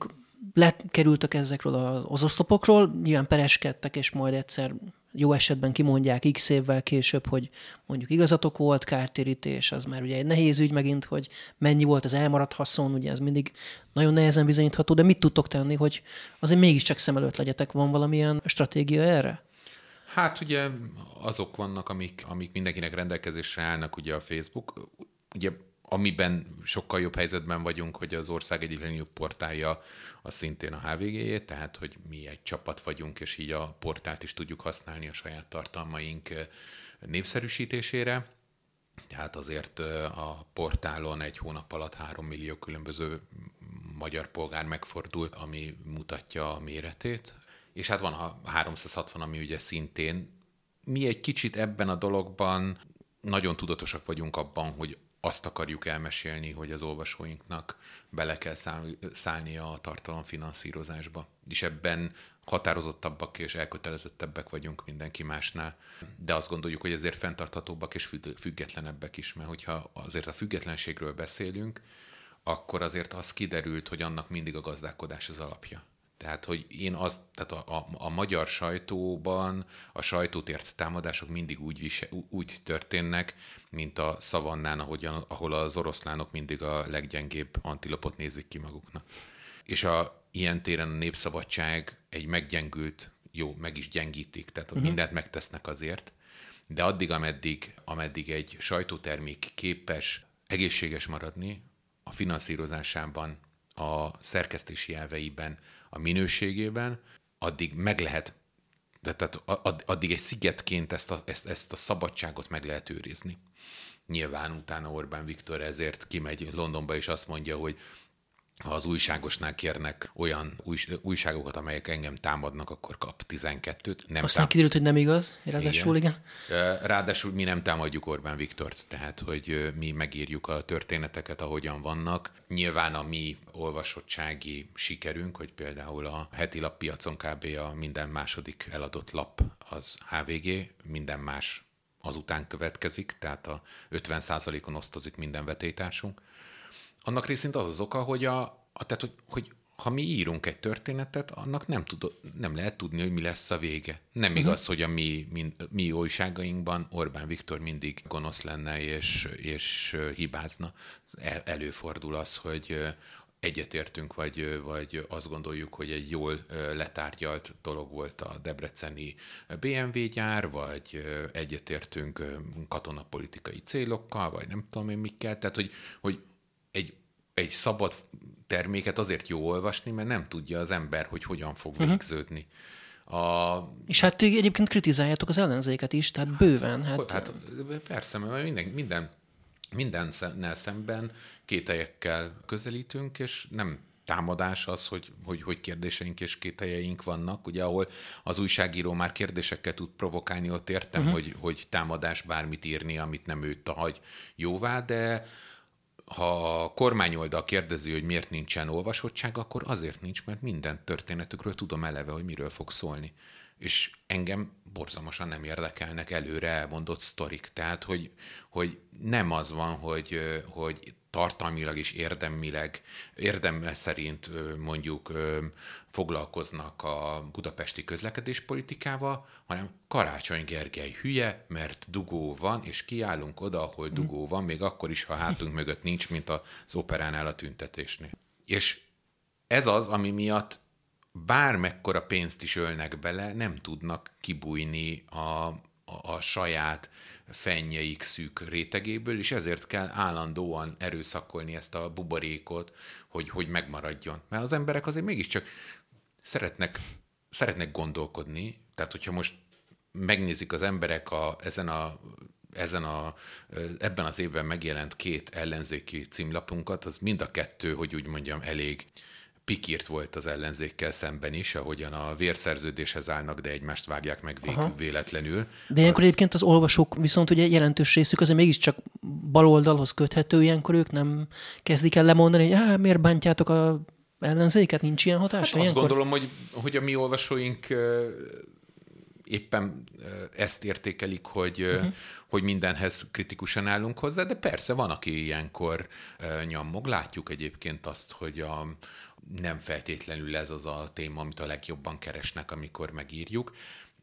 lekerültek ezekről az oszlopokról, nyilván pereskedtek, és majd egyszer jó esetben kimondják x évvel később, hogy mondjuk igazatok volt, kártérítés, az már ugye egy nehéz ügy megint, hogy mennyi volt az elmaradt haszon, ugye ez mindig nagyon nehezen bizonyítható, de mit tudtok tenni, hogy azért mégiscsak szem előtt legyetek? Van valamilyen stratégia erre? Hát ugye azok vannak, amik, amik mindenkinek rendelkezésre állnak, ugye a Facebook, ugye amiben sokkal jobb helyzetben vagyunk, hogy az ország egyik legnagyobb portálja az szintén a há vé gé-jé, tehát hogy mi egy csapat vagyunk, és így a portált is tudjuk használni a saját tartalmaink népszerűsítésére. Tehát azért a portálon egy hónap alatt három millió különböző magyar polgár megfordult, ami mutatja a méretét. És hát van a háromszázhatvan, ami ugye szintén. Mi egy kicsit ebben a dologban nagyon tudatosak vagyunk abban, hogy azt akarjuk elmesélni, hogy az olvasóinknak bele kell szállnia a tartalomfinanszírozásba. És ebben határozottabbak és elkötelezettebbek vagyunk mindenki másnál. De azt gondoljuk, hogy ezért fenntarthatóbbak és függetlenebbek is, mert hogyha azért a függetlenségről beszélünk, akkor azért az kiderült, hogy annak mindig a gazdálkodás az alapja. Tehát, hogy én az, tehát a, a, a magyar sajtóban a sajtótért támadások mindig úgy, vise, úgy történnek, mint a szavannán, ahogyan, ahol az oroszlánok mindig a leggyengébb antilopot nézik ki maguknak. És a, ilyen téren a népszabadság egy meggyengült, jó, meg is gyengítik, tehát uh-huh. mindent megtesznek azért, de addig, ameddig, ameddig egy sajtótermék képes egészséges maradni a finanszírozásában, a szerkesztési elveiben, a minőségében, addig meg lehet, de tehát addig egy szigetként ezt a, ezt, ezt a szabadságot meg lehet őrizni. Nyilván utána Orbán Viktor ezért kimegy Londonba, és azt mondja, hogy ha az újságosnál kérnek olyan új, újságokat, amelyek engem támadnak, akkor kap tizenkettőt. Nem Aztán tám... kiderült, hogy nem igaz, ráadásul igen. igen. Ráadásul mi nem támadjuk Orbán Viktort, tehát hogy mi megírjuk a történeteket, ahogyan vannak. Nyilván a mi olvasottsági sikerünk, hogy például a heti lappiacon kb. A minden második eladott lap az há vé gé, minden más azután következik, tehát a ötven százalékon osztozik minden vetélytársunk. Annak részint az az oka, hogy, a, a, tehát, hogy, hogy ha mi írunk egy történetet, annak nem, tud, nem lehet tudni, hogy mi lesz a vége. Nem uh-huh. igaz, hogy a mi, mi, mi újságainkban Orbán Viktor mindig gonosz lenne és, és hibázna. El, előfordul az, hogy egyetértünk, vagy, vagy azt gondoljuk, hogy egy jól letárgyalt dolog volt a debreceni bé em vé gyár, vagy egyetértünk katonapolitikai célokkal, vagy nem tudom én mikkel. Tehát, hogy, hogy egy, egy szabad terméket azért jó olvasni, mert nem tudja az ember, hogy hogyan fog uh-huh. végződni. A... És hát egyébként kritizáljátok az ellenzéket is, tehát bőven. Hát, hát, hát persze, mert minden, minden, mindennel szemben kételyekkel közelítünk, és nem támadás az, hogy, hogy, hogy kérdéseink és kételjeink vannak. Ugye, ahol az újságíró már kérdésekkel tud provokálni, ott értem, uh-huh. hogy, hogy támadás bármit írni, amit nem őt hagy jóvá, de ha a kormányoldal kérdezi, hogy miért nincsen olvasottság, akkor azért nincs, mert minden történetükről tudom eleve, hogy miről fog szólni. És engem borzalmasan nem érdekelnek előre elmondott sztorik. Tehát, hogy, hogy nem az van, hogy, hogy tartalmilag és érdemileg, érdemel szerint mondjuk foglalkoznak a budapesti közlekedéspolitikával, hanem Karácsony Gergely hülye, mert dugó van, és kiállunk oda, ahol dugó van, még akkor is, ha hátunk mögött nincs, mint az operánál a tüntetésnél. És ez az, ami miatt bármekkora pénzt is ölnek bele, nem tudnak kibújni a, a, a saját fennyeik szűk rétegéből, és ezért kell állandóan erőszakolni ezt a buborékot, hogy, hogy megmaradjon. Mert az emberek azért mégiscsak szeretnek, szeretnek gondolkodni, tehát hogyha most megnézik az emberek a, ezen a, ezen a, ebben az évben megjelent két ellenzéki címlapunkat, az mind a kettő, hogy úgy mondjam, elég pikírt volt az ellenzékkel szemben is, ahogyan a vérszerződéshez állnak, de egymást vágják meg végül véletlenül. De ilyenkor az... egyébként az olvasók viszont ugye jelentős részük azért mégiscsak baloldalhoz köthető, ilyenkor ők nem kezdik el lemondani, hogy á, miért bántjátok a ellenzéket, nincs ilyen hatása? Hát azt ilyenkor? gondolom, hogy, hogy a mi olvasóink éppen ezt értékelik, hogy, uh-huh. hogy mindenhez kritikusan állunk hozzá, de persze van, aki ilyenkor nyammog. Látjuk egyébként azt, hogy a, nem feltétlenül ez az a téma, amit a legjobban keresnek, amikor megírjuk.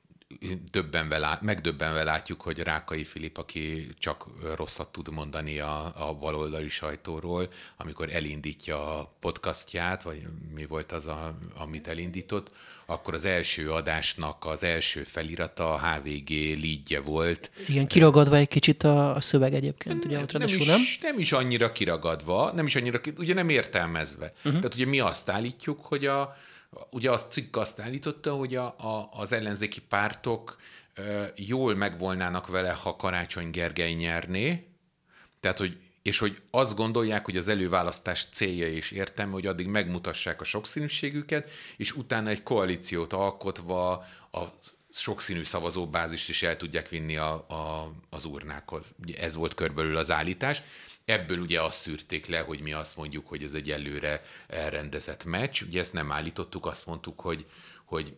Döbbenve, megdöbbenve látjuk, hogy Rákai Filip, aki csak rosszat tud mondani a, a baloldali sajtóról, amikor elindítja a podcastját, vagy mi volt az, a, amit elindított, akkor az első adásnak az első felirata a há vé gé leadje volt. Igen, kiragadva egy kicsit a, a szöveg egyébként, ugye ott nem, is, nem? nem is annyira kiragadva, nem is annyira, ugye nem értelmezve. Uh-huh. Tehát ugye mi azt állítjuk, hogy a ugye a cikk azt állította, hogy a, a, az ellenzéki pártok e, jól megvolnának vele, ha Karácsony Gergely nyerné, tehát, hogy, és hogy azt gondolják, hogy az előválasztás célja és értelme, hogy addig megmutassák a sokszínűségüket, és utána egy koalíciót alkotva a sokszínű szavazóbázist is el tudják vinni a, a, az urnákhoz. Ugye ez volt körülbelül az állítás. Ebből ugye azt szűrték le, hogy mi azt mondjuk, hogy ez egy előre elrendezett meccs. Ugye ezt nem állítottuk, azt mondtuk, hogy, hogy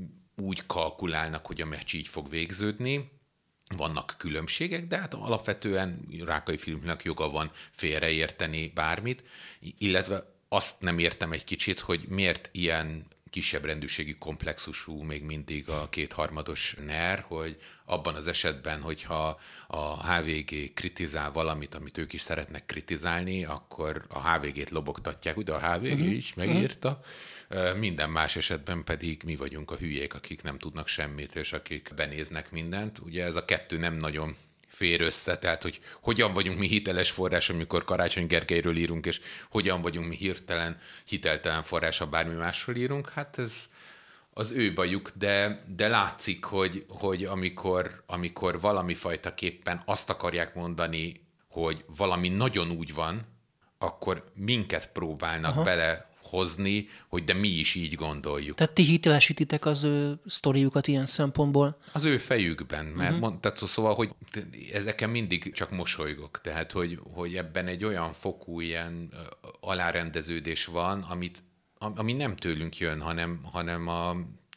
úgy kalkulálnak, hogy a meccs így fog végződni. Vannak különbségek, de hát alapvetően Rákai Filipnek joga van félreérteni bármit, illetve azt nem értem egy kicsit, hogy miért ilyen kisebb rendűségi komplexusú még mindig a kétharmados NER, hogy abban az esetben, hogyha a há vé gé kritizál valamit, amit ők is szeretnek kritizálni, akkor a há vé gét lobogtatják, ugye a há vé gé uh-huh. is megírta, uh-huh. minden más esetben pedig mi vagyunk a hülyék, akik nem tudnak semmit, és akik benéznek mindent. Ugye ez a kettő nem nagyon fér össze, tehát hogy hogyan vagyunk mi hiteles forrás, amikor Karácsony Gergelyről írunk, és hogyan vagyunk mi hirtelen, hiteltelen forrás, ha bármi másról írunk, hát ez az ő bajuk, de, de látszik, hogy, hogy amikor, amikor valami fajtaképpen azt akarják mondani, hogy valami nagyon úgy van, akkor minket próbálnak Aha. bele hozni, hogy de mi is így gondoljuk. Tehát ti hitelesítitek az ő sztoriukat ilyen szempontból? Az ő fejükben, mert uh-huh. mond, tehát szóval, hogy ezeken mindig csak mosolygok, tehát hogy, hogy ebben egy olyan fokú ilyen alárendeződés van, amit, ami nem tőlünk jön, hanem, hanem a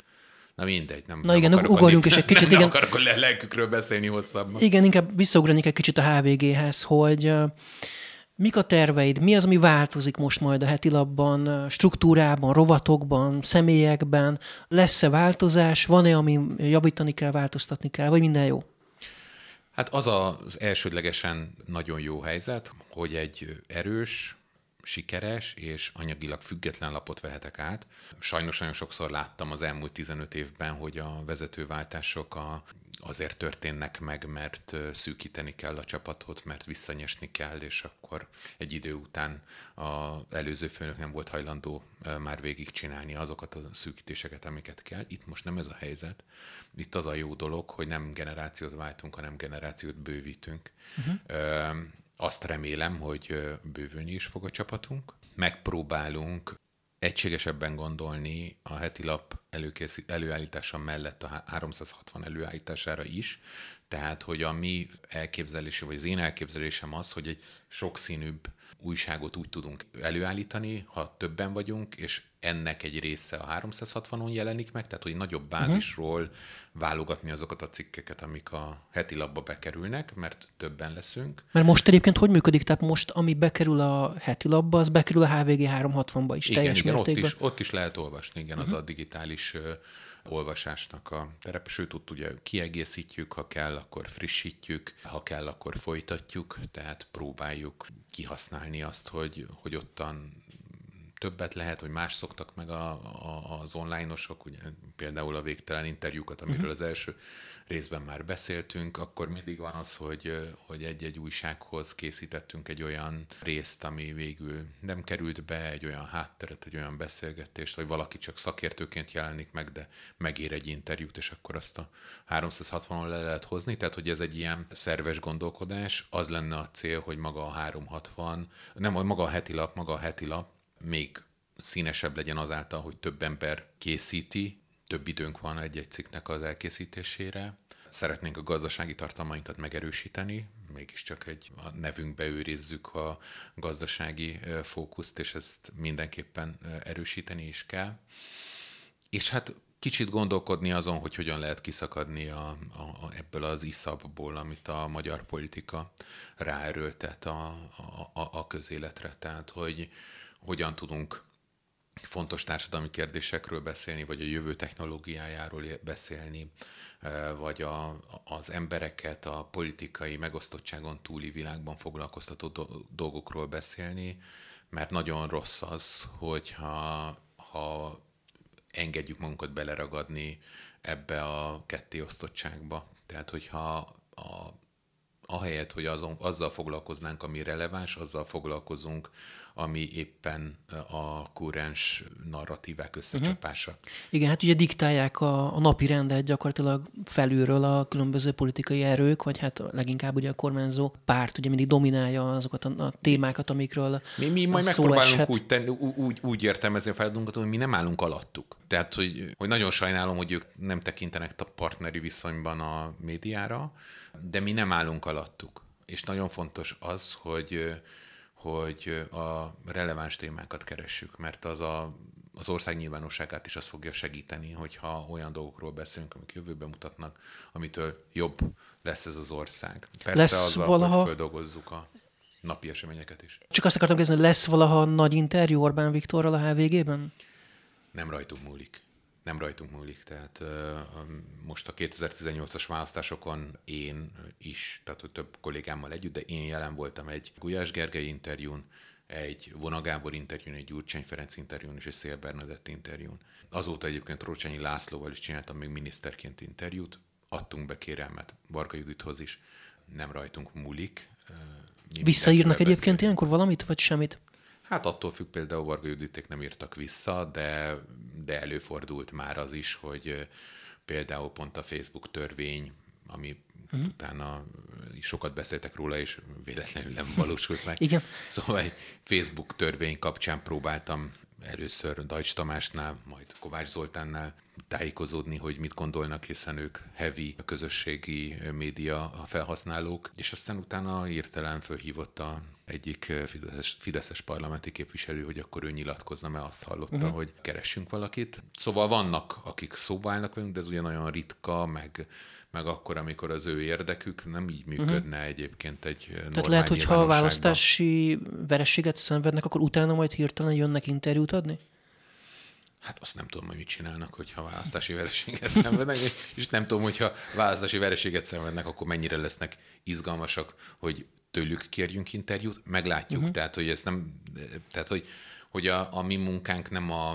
Na mindegy, nem, Na nem igen, akarok ugorjunk is egy kicsit. Nem, igen. nem akarok a lelkükről beszélni hosszabban. Igen, inkább visszaugranik egy kicsit a há vé géhez, hogy uh, mik a terveid, mi az, ami változik most majd a hetilapban, struktúrában, rovatokban, személyekben, lesz-e változás, van-e, ami javítani kell, változtatni kell, vagy minden jó? Hát az az elsődlegesen nagyon jó helyzet, hogy egy erős, sikeres és anyagilag független lapot vehetek át. Sajnos nagyon sokszor láttam az elmúlt tizenöt évben, hogy a vezetőváltások a, azért történnek meg, mert szűkíteni kell a csapatot, mert visszanyesni kell, és akkor egy idő után az előző főnök nem volt hajlandó már végigcsinálni azokat a szűkítéseket, amiket kell. Itt most nem ez a helyzet. Itt az a jó dolog, hogy nem generációt váltunk, hanem generációt bővítünk. Uh-huh. Azt remélem, hogy bővülni is fog a csapatunk. Megpróbálunk egységesebben gondolni a hetilap előkészít, előállítása mellett a háromszázhatvan előállítására is. Tehát, hogy a mi elképzelésem, vagy az én elképzelésem az, hogy egy sokszínűbb újságot úgy tudunk előállítani, ha többen vagyunk, és ennek egy része a háromszázhatvanon jelenik meg, tehát hogy nagyobb bázisról uh-huh. válogatni azokat a cikkeket, amik a hetilapba bekerülnek, mert többen leszünk. Mert most egyébként hogy működik? Tehát most, ami bekerül a hetilapba, az bekerül a há vé gé háromszázhatvanba is igen, teljes igen, mértékben? Ott is, ott is lehet olvasni, igen, uh-huh. az a digitális uh, olvasásnak a terep, sőt, ott ugye kiegészítjük, ha kell, akkor frissítjük, ha kell, akkor folytatjuk, tehát próbáljuk kihasználni azt, hogy, hogy ottan többet lehet, hogy más szoktak meg a, a, az online-osok, ugye, például a végtelen interjúkat, amiről uh-huh. az első részben már beszéltünk, akkor mindig van az, hogy, hogy egy-egy újsághoz készítettünk egy olyan részt, ami végül nem került be, egy olyan hátteret, egy olyan beszélgetést, vagy valaki csak szakértőként jelenik meg, de megér egy interjút, és akkor azt a háromszázhatvanon le lehet hozni, tehát hogy ez egy ilyen szerves gondolkodás, az lenne a cél, hogy maga a háromszázhatvan, nem, maga a hetilap, maga a hetilap még színesebb legyen azáltal, hogy több ember készíti, több időnk van egy-egy cikknek az elkészítésére. Szeretnénk a gazdasági tartalmainkat megerősíteni, mégiscsak egy, a nevünkbe őrizzük a gazdasági fókuszt, és ezt mindenképpen erősíteni is kell. És hát kicsit gondolkodni azon, hogy hogyan lehet kiszakadni a, a, ebből az iszapból, amit a magyar politika ráerőltet a, a, a közéletre. Tehát, hogy hogyan tudunk fontos társadalmi kérdésekről beszélni, vagy a jövő technológiájáról beszélni, vagy a, az embereket a politikai megosztottságon túli világban foglalkoztató dolgokról beszélni, mert nagyon rossz az, hogyha ha engedjük magunkat beleragadni ebbe a kettéosztottságba. Tehát, hogyha a, ahelyett, hogy azon, azzal foglalkoznánk, ami releváns, azzal foglalkozunk, ami éppen a kurrens narratívák összecsapása. Uh-huh. Igen, hát ugye diktálják a, a napi rendet gyakorlatilag felülről a különböző politikai erők, vagy hát leginkább ugye a kormányzó párt ugye mindig dominálja azokat a, a témákat, amikről Mi, mi majd szó megpróbálunk eshet. úgy, tenni, úgy, úgy értelmezni a feladatunkat, hogy mi nem állunk alattuk. Tehát, hogy, hogy nagyon sajnálom, hogy ők nem tekintenek a partneri viszonyban a médiára, de mi nem állunk alattuk. És nagyon fontos az, hogy hogy a releváns témákat keressük, mert az a, az ország nyilvánosságát is azt fogja segíteni, hogyha olyan dolgokról beszélünk, amik jövőben mutatnak, amitől jobb lesz ez az ország. Persze lesz azzal, valaha... hogy földolgozzuk a napi eseményeket is. Csak azt akartam kérdezni, lesz valaha nagy interjú Orbán Viktorral a há vé gében? Nem rajtunk múlik. Nem rajtunk múlik. Tehát uh, most a kétezer-tizennyolcas választásokon én is, tehát hogy több kollégámmal együtt, de én jelen voltam egy Gulyás Gergely interjún, egy Vona Gábor interjún, egy Gyurcsány Ferenc interjún és egy Széll Bernadett interjún. Azóta egyébként Rócsányi Lászlóval is csináltam még miniszterként interjút, adtunk be kérelmet Varga Judithoz is, nem rajtunk múlik. Uh, Visszaírnak egyébként ilyenkor valamit, vagy semmit? Hát attól függ, például Varga Juditék nem írtak vissza, de, de előfordult már az is, hogy például pont a Facebook törvény, ami uh-huh. utána sokat beszéltek róla, és véletlenül nem valósult meg. Igen. Szóval egy Facebook törvény kapcsán próbáltam először Dajcs Tamásnál, majd Kovács Zoltánnál tájékozódni, hogy mit gondolnak, hiszen ők heavy közösségi média felhasználók, és aztán utána hirtelen fölhívott a egyik fideszes, fideszes parlamenti képviselő, hogy akkor ő nyilatkozna, mert azt hallotta, uh-huh. hogy keressünk valakit. Szóval vannak, akik szóba állnak velünk, de ez ugye nagyon ritka, meg, meg akkor, amikor az ő érdekük nem így működne uh-huh. egyébként egy normál. Tehát lehet, hogy ha a választási vereséget szenvednek, akkor utána majd hirtelen jönnek interjút adni? Hát azt nem tudom, hogy mit csinálnak, hogyha választási vereséget szenvednek, és nem tudom, hogyha választási vereséget szenvednek, akkor mennyire lesznek izgalmasak, hogy tőlük kérjünk interjút, meglátjuk. Uh-huh. Tehát, hogy ez nem, tehát, hogy, hogy a, a mi munkánk nem a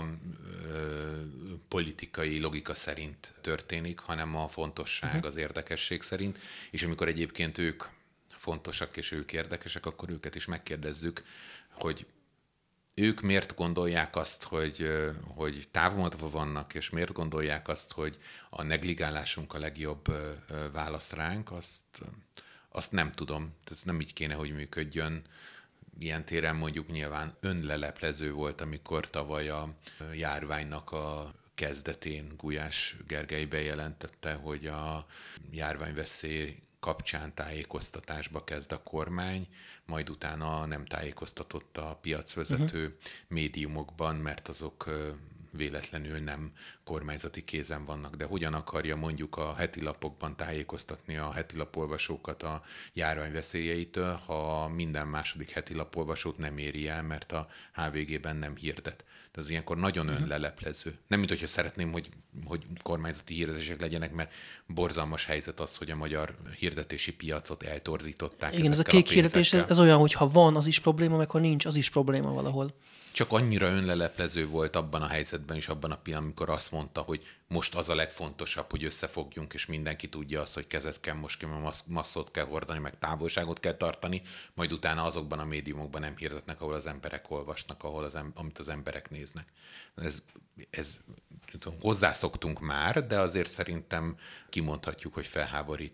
ö, politikai logika szerint történik, hanem a fontosság, uh-huh. az érdekesség szerint, és amikor egyébként ők fontosak és ők érdekesek, akkor őket is megkérdezzük, hogy ők miért gondolják azt, hogy, hogy távolodva vannak, és miért gondolják azt, hogy a negligálásunk a legjobb válasz ránk, azt, azt nem tudom. Ez nem így kéne, hogy működjön. Ilyen téren mondjuk nyilván önleleplező volt, amikor tavaly a járványnak a kezdetén Gulyás Gergely bejelentette, hogy a járványveszély kapcsán tájékoztatásba kezd a kormány, majd utána nem tájékoztatott a piacvezető uh-huh. médiumokban, mert azok véletlenül nem kormányzati kézen vannak. De hogyan akarja mondjuk a heti lapokban tájékoztatni a heti lapolvasókat a járvány veszélyeitől, ha minden második heti lapolvasót nem éri el, mert a há vé gében nem hirdet. De az ilyenkor nagyon uh-huh. önleleplező. Nem, mint hogyha szeretném, hogy, hogy kormányzati hirdetések legyenek, mert borzalmas helyzet az, hogy a magyar hirdetési piacot eltorzították. Igen, ez a kék hirdetés, ez, ez olyan, hogy ha van, az is probléma, meg ha nincs, az is probléma valahol. Csak annyira önleleplező volt abban a helyzetben és abban a pillanatban, amikor azt mondta, hogy most az a legfontosabb, hogy összefogjunk, és mindenki tudja azt, hogy kezet kell mosni, maszkot kell hordani, meg távolságot kell tartani, majd utána azokban a médiumokban nem hirdetnek, ahol az emberek olvasnak, ahol az em- amit az emberek néznek. Ez, ez tudom, hozzászoktunk már, de azért szerintem kimondhatjuk, hogy felháborító.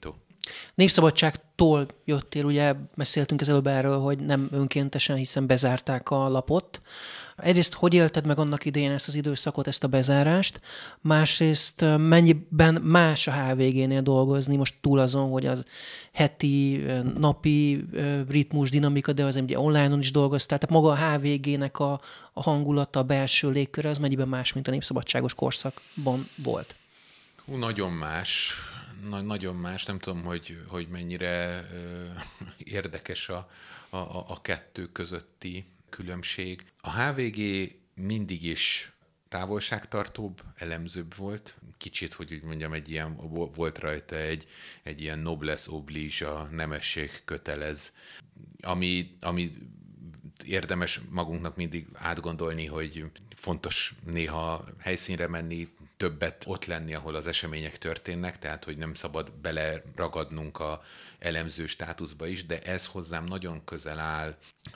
Népszabadságtól jöttél, ugye beszéltünk az előbb erről, hogy nem önkéntesen, hiszen bezárták a lapot. Egyrészt hogy élted meg annak idején ezt az időszakot, ezt a bezárást, másrészt mennyiben más a há vé génél dolgozni, most túl azon, hogy az heti, napi ritmus, dinamika, de az ugye online-on is dolgoztál, tehát maga a há vé gének a, a hangulata, a belső légköre, az mennyiben más, mint a népszabadságos korszakban volt? Hú, nagyon más. Na, nagyon más, nem tudom, hogy, hogy mennyire ö, érdekes a, a, a kettő közötti különbség. A há vé gé mindig is távolságtartóbb, elemzőbb volt. Kicsit, hogy úgy mondjam, egy ilyen, volt rajta egy, egy ilyen noblesse oblige, a nemesség kötelez, ami, ami érdemes magunknak mindig átgondolni, hogy fontos néha helyszínre menni, többet ott lenni, ahol az események történnek, tehát hogy nem szabad beleragadnunk a elemző státuszba is, de ez hozzám nagyon közel áll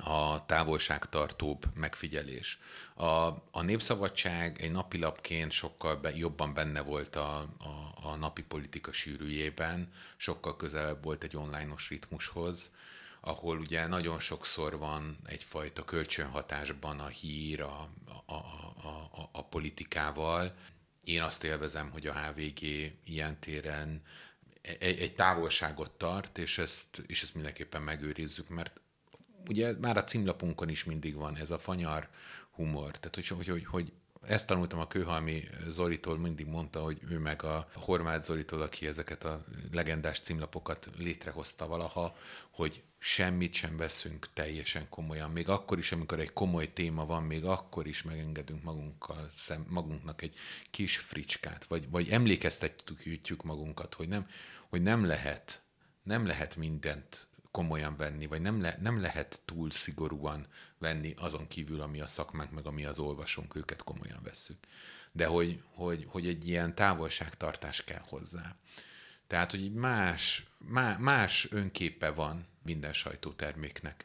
a távolságtartóbb megfigyelés. A, a Népszabadság egy napilapként sokkal be, jobban benne volt a, a, a napi politika sűrűjében, sokkal közelebb volt egy online-os ritmushoz, ahol ugye nagyon sokszor van egyfajta kölcsönhatásban a hír a, a, a, a, a politikával. Én azt élvezem, hogy a há vé gé ilyen téren egy, egy távolságot tart, és ezt, és ezt mindenképpen megőrizzük, mert ugye már a címlapunkon is mindig van ez a fanyar humor. Tehát, hogy, hogy, hogy, hogy ezt tanultam a Kőhalmi Zoritól, mindig mondta, hogy ő meg a Horváth Zoritól, aki ezeket a legendás címlapokat létrehozta valaha, hogy semmit sem veszünk teljesen komolyan. Még akkor is, amikor egy komoly téma van, még akkor is megengedünk magunkkal, szem, magunknak egy kis fricskát, vagy, vagy emlékeztetjük magunkat, hogy nem, hogy nem lehet, nem lehet mindent komolyan venni, vagy nem, le, nem lehet túl szigorúan venni azon kívül, ami a szakmánk, meg ami az olvasónk, őket komolyan vesszük. De hogy, hogy, hogy egy ilyen távolságtartás kell hozzá. Tehát, hogy más, má, más önképe van minden sajtóterméknek.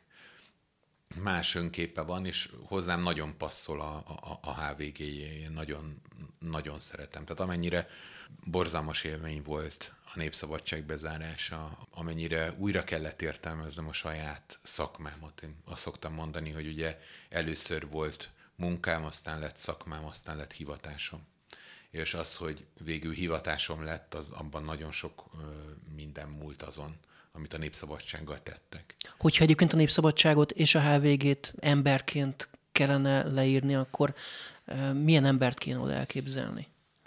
Más önképe van, és hozzám nagyon passzol a, a, a há vé gé-jé, én nagyon, nagyon szeretem. Tehát amennyire borzalmas élmény volt a Népszabadság bezárása, amennyire újra kellett értelmeznem a saját szakmámat. Én azt szoktam mondani, hogy ugye először volt munkám, aztán lett szakmám, aztán lett hivatásom. És az, hogy végül hivatásom lett, az abban nagyon sok ö, minden múlt azon, amit a Népszabadsággal tettek. Hogyha egyébként a Népszabadságot és a há vé gét emberként kellene leírni, akkor ö, milyen embert kéne oda elképzelni?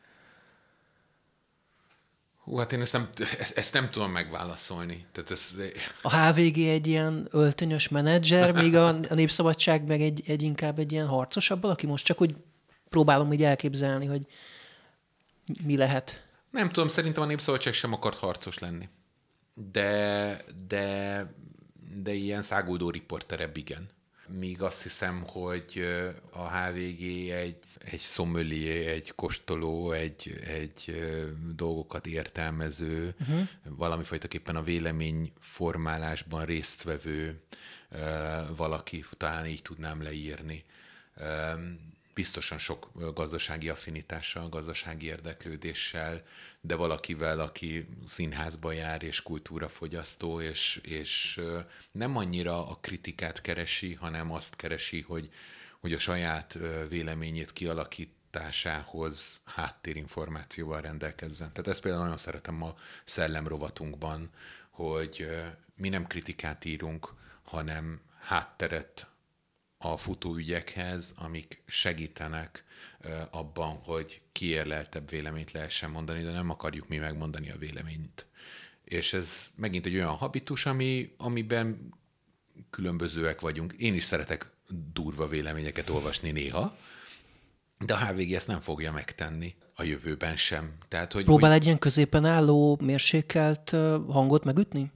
Hú, hát én ezt nem, ezt, ezt nem tudom megválaszolni. Tehát ez... A há vé gé egy ilyen öltönyös menedzser, míg a, a Népszabadság meg egy, egy inkább egy ilyen harcosabb valaki? Most csak úgy próbálom így elképzelni, hogy mi lehet. Nem tudom, szerintem a Népszabadság sem akart harcos lenni. De, de, de ilyen száguldó riporterebb, igen. Míg azt hiszem, hogy a há vé gé egy, egy sommelier, egy kóstoló, egy, egy dolgokat értelmező, uh-huh. valamifajtaképpen a véleményformálásban résztvevő valaki, talán így tudnám leírni. Biztosan sok gazdasági affinitással, gazdasági érdeklődéssel, de valakivel, aki színházba jár és kultúrafogyasztó, és, és nem annyira a kritikát keresi, hanem azt keresi, hogy, hogy a saját véleményét kialakításához háttérinformációval rendelkezzen. Tehát ezt például nagyon szeretem a szellemrovatunkban, hogy mi nem kritikát írunk, hanem hátteret a futóügyekhez, amik segítenek abban, hogy kiérleltebb véleményt lehessen mondani, de nem akarjuk mi megmondani a véleményt. És ez megint egy olyan habitus, ami, amiben különbözőek vagyunk. Én is szeretek durva véleményeket olvasni néha, de a há vé gé ezt nem fogja megtenni a jövőben sem. Tehát, hogy, Próbál hogy... egy ilyen középen álló, mérsékelt hangot megütni?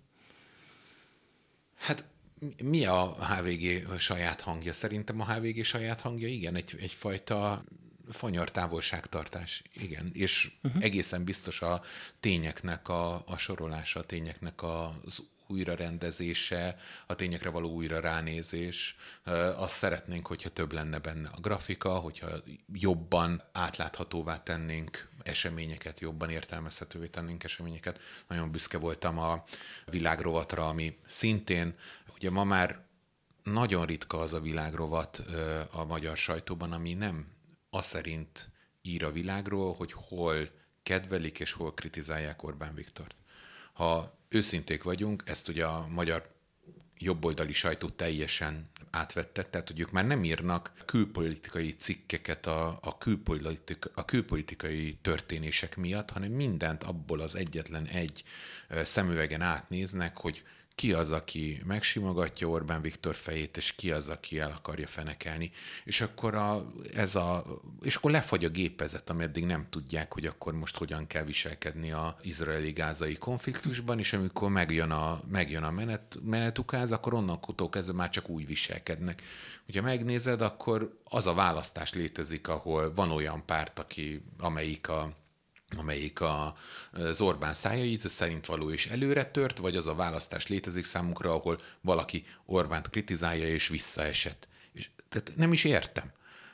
Hát mi a há vé gé saját hangja? Szerintem a há vé gé saját hangja, igen, egy, egyfajta fanyar távolságtartás, igen, és uh-huh. egészen biztos a tényeknek a, a sorolása, a tényeknek az újrarendezése, a tényekre való újra ránézés. Azt szeretnénk, hogyha több lenne benne a grafika, hogyha jobban átláthatóvá tennénk eseményeket, jobban értelmezhetővé tennénk eseményeket. Nagyon büszke voltam a világrovatra, ami szintén, ugye ma már nagyon ritka az a világrovat a magyar sajtóban, ami nem azt szerint ír a világról, hogy hol kedvelik és hol kritizálják Orbán Viktort. Ha őszinték vagyunk, ezt ugye a magyar jobboldali sajtó teljesen átvette, tehát hogy ők már nem írnak külpolitikai cikkeket a, a, külpolitika, a külpolitikai történések miatt, hanem mindent abból az egyetlen egy szemüvegen átnéznek, hogy ki az, aki megsimogatja Orbán Viktor fejét, és ki az, aki el akarja fenekelni. És akkor, a, ez a, és akkor lefagy a gépezet, ameddig nem tudják, hogy akkor most hogyan kell viselkedni az izraeli-gázai konfliktusban, és amikor megjön a, megjön a menet, menetukáz, akkor onnantól kezdve már csak úgy viselkednek. Ugye megnézed, akkor az a választás létezik, ahol van olyan párt, aki, amelyik a amelyik a, az Orbán szája íze szerint való és előre tört, vagy az a választás létezik számunkra, ahol valaki Orbánt kritizálja és visszaesett. És, tehát nem is értem.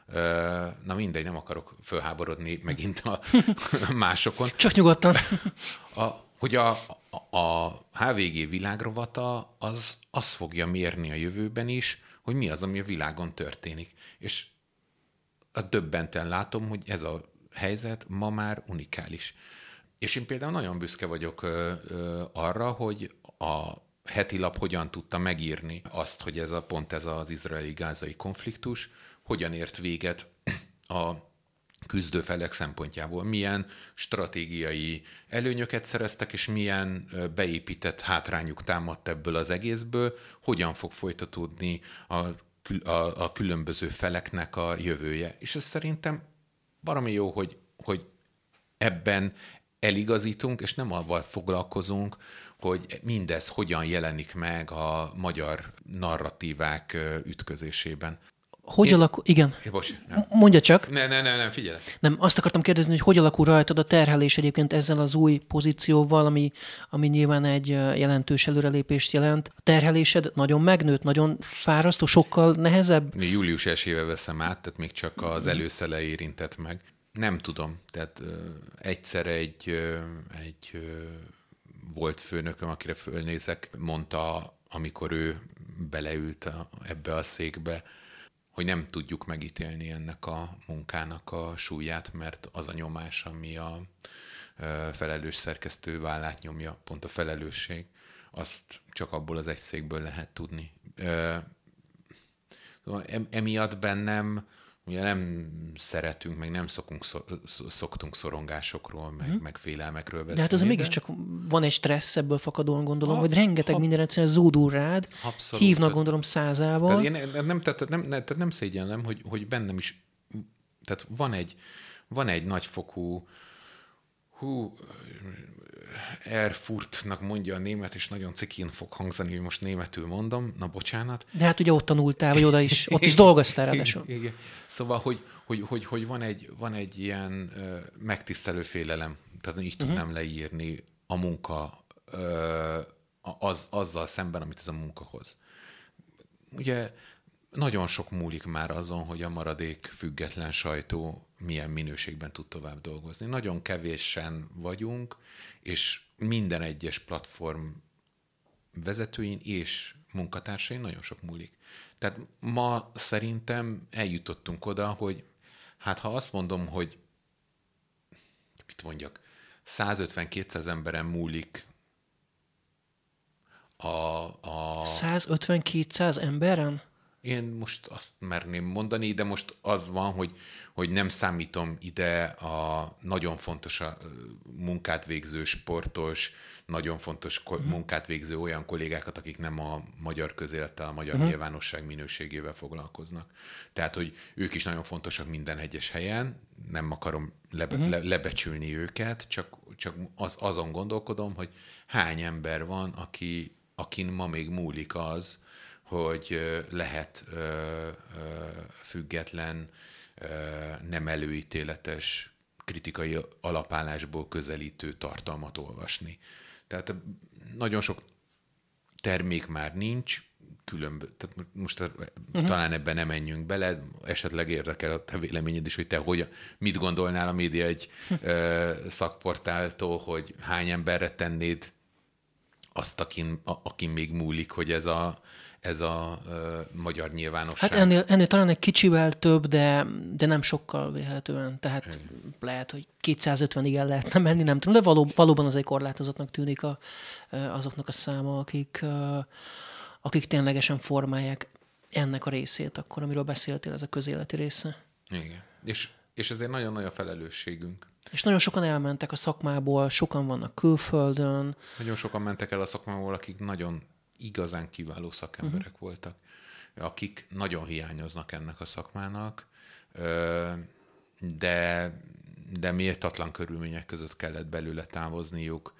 Na mindegy, nem akarok fölháborodni megint a másokon. Csak nyugodtan. A, hogy a, a há vé gé világrovata az azt fogja mérni a jövőben is, hogy mi az, ami a világon történik. És a döbbenten látom, hogy ez a helyzet ma már unikális. És én például nagyon büszke vagyok ö, ö, arra, hogy a heti lap hogyan tudta megírni azt, hogy ez a, pont ez az izraeli-gázai konfliktus hogyan ért véget a küzdőfelek szempontjából. Milyen stratégiai előnyöket szereztek, és milyen beépített hátrányuk támadt ebből az egészből, hogyan fog folytatódni a, a, a különböző feleknek a jövője. És ez szerintem baromi jó, hogy, hogy ebben eligazítunk, és nem avval foglalkozunk, hogy mindez hogyan jelenik meg a magyar narratívák ütközésében. Hogy Én... alakul... Igen. É, bocs, nem. Mondja csak. Ne, ne, ne, nem, figyelj. Nem, azt akartam kérdezni, hogy hogy alakul rajtad a terhelés egyébként ezzel az új pozícióval, ami, ami nyilván egy jelentős előrelépést jelent. A terhelésed nagyon megnőtt, nagyon fárasztó, sokkal nehezebb? Mi július elsejével veszem át, tehát még csak az előszele érintett meg. Nem tudom, tehát ö, egyszer egy, ö, egy ö, volt főnököm, akire fölnézek, mondta, amikor ő beleült a, ebbe a székbe, hogy nem tudjuk megítélni ennek a munkának a súlyát, mert az a nyomás, ami a felelős szerkesztő vállát nyomja, pont a felelősség, azt csak abból az egy székből lehet tudni. Emiatt bennem ugye nem szeretünk, meg nem szokunk, szoktunk szorongásokról, meg, hmm. meg félelmekről beszélni. De hát az mégiscsak van egy stressz ebből fakadóan, gondolom, hogy rengeteg ha, minden egyszerűen zúdul rád, abszolút, hívnak, gondolom, százával. Tehát én nem, tehát nem, tehát nem szégyellem, hogy, hogy bennem is, tehát van egy, van egy nagyfokú, hú, Erfurtnak mondja a német, és nagyon cikin fog hangzani, hogy most németül mondom, na bocsánat. De hát ugye ott tanultál, vagy oda is, ott is dolgoztál ráadásul. Igen. Szóval, hogy, hogy, hogy, hogy van, egy, van egy ilyen uh, megtisztelő félelem, tehát így uh-huh. tudnám leírni a munka uh, az, azzal szemben, amit ez a munka hoz. Ugye nagyon sok múlik már azon, hogy a maradék független sajtó milyen minőségben tud tovább dolgozni. Nagyon kevésen vagyunk, és minden egyes platform vezetőin és munkatársain nagyon sok múlik. Tehát ma szerintem eljutottunk oda, hogy hát ha azt mondom, hogy mit mondjak, százötven-kétszáz emberen múlik a... a... százötven-kétszáz emberen? Én most azt merném mondani, de most az van, hogy, hogy nem számítom ide a nagyon fontos a munkát végző sportos, nagyon fontos uh-huh. munkát végző olyan kollégákat, akik nem a magyar közélettel, a magyar uh-huh. nyilvánosság minőségével foglalkoznak. Tehát, hogy ők is nagyon fontosak minden egyes helyen, nem akarom lebe, uh-huh. le, lebecsülni őket, csak, csak az, azon gondolkodom, hogy hány ember van, aki, akin ma még múlik az, hogy lehet ö, ö, független, ö, nem előítéletes, kritikai alapállásból közelítő tartalmat olvasni. Tehát nagyon sok termék már nincs, különböző, tehát most uh-huh. talán ebben nem menjünk bele, esetleg érdekel a te véleményed is, hogy te hogy, mit gondolnál a Média egy uh, szakportáltól, hogy hány emberre tennéd azt, akin, a, akin még múlik, hogy ez a, ez a uh, magyar nyilvánosság. Hát ennél, ennél talán egy kicsivel több, de, de nem sokkal vélhetően. Tehát hmm. lehet, hogy kétszázötvenig el lehetne menni, nem tudom, de való, valóban azért korlátozottnak tűnik a, azoknak a száma, akik, akik ténylegesen formálják ennek a részét, akkor, amiről beszéltél, ez a közéleti része. Igen. És, és ezért nagyon nagy a felelősségünk. És nagyon sokan elmentek a szakmából, sokan vannak külföldön. Nagyon sokan mentek el a szakmából, akik nagyon igazán kiváló szakemberek uh-huh. voltak, akik nagyon hiányoznak ennek a szakmának, de, de méltatlan körülmények között kellett belőle távozniuk.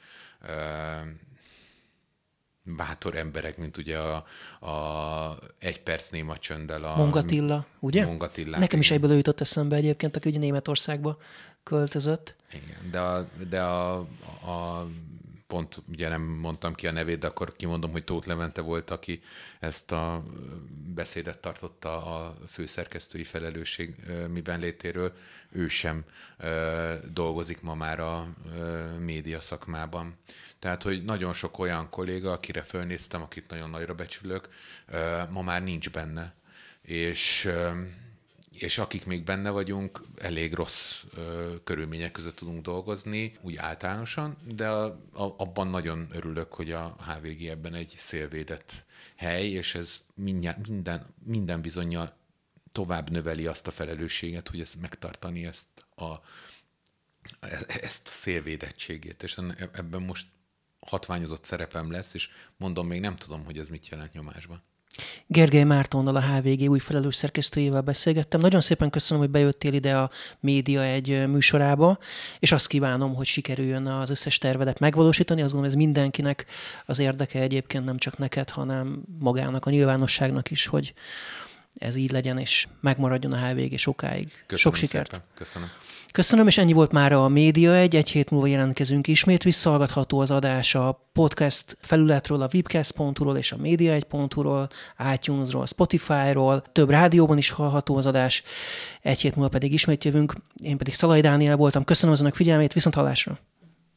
Bátor emberek, mint ugye a, a Egy perc néma csönddel a... Mongatilla, ugye? Mongatillát. Nekem is egyből jutott eszembe egyébként, aki ugye Németországba költözött. Igen, de a, de a, a pont ugye nem mondtam ki a nevét, de akkor kimondom, hogy Tóth Levente volt, aki ezt a beszédet tartotta a főszerkesztői felelősség miben létéről. Ő sem dolgozik ma már a média szakmában. Tehát, hogy nagyon sok olyan kolléga, akire fölnéztem, akit nagyon nagyra becsülök, ma már nincs benne. És, és akik még benne vagyunk, elég rossz körülmények között tudunk dolgozni, úgy általánosan, de a, a, abban nagyon örülök, hogy a há vé gé ebben egy szélvédett hely, és ez minden, minden, minden bizonnyal tovább növeli azt a felelősséget, hogy ezt megtartani, ezt a, ezt a szélvédettségét, és ebben most hatványozott szerepem lesz, és mondom, még nem tudom, hogy ez mit jelent nyomásban. Gergely Mártonnal, a há vé gé új felelős szerkesztőjével beszélgettem. Nagyon szépen köszönöm, hogy bejöttél ide a Média egy műsorába, és azt kívánom, hogy sikerüljön az összes tervedet megvalósítani. Azt gondolom, ez mindenkinek az érdeke egyébként, nem csak neked, hanem magának, a nyilvánosságnak is, hogy ez így legyen, és megmaradjon a há vé gé sokáig. Köszönöm Sok sikert! Szépen. Köszönöm. Köszönöm, és ennyi volt már a Média egy. Egy hét múlva jelentkezünk ismét. Visszahallgatható az adás a podcast felületről, a webcast pont hu-ról és a média egy pont hu-ról, iTunes-ról, Spotify-ról. Több rádióban is hallható az adás. Egy hét múlva pedig ismét jövünk. Én pedig Szalai Dániel voltam. Köszönöm az önök figyelmét, viszont hallásra!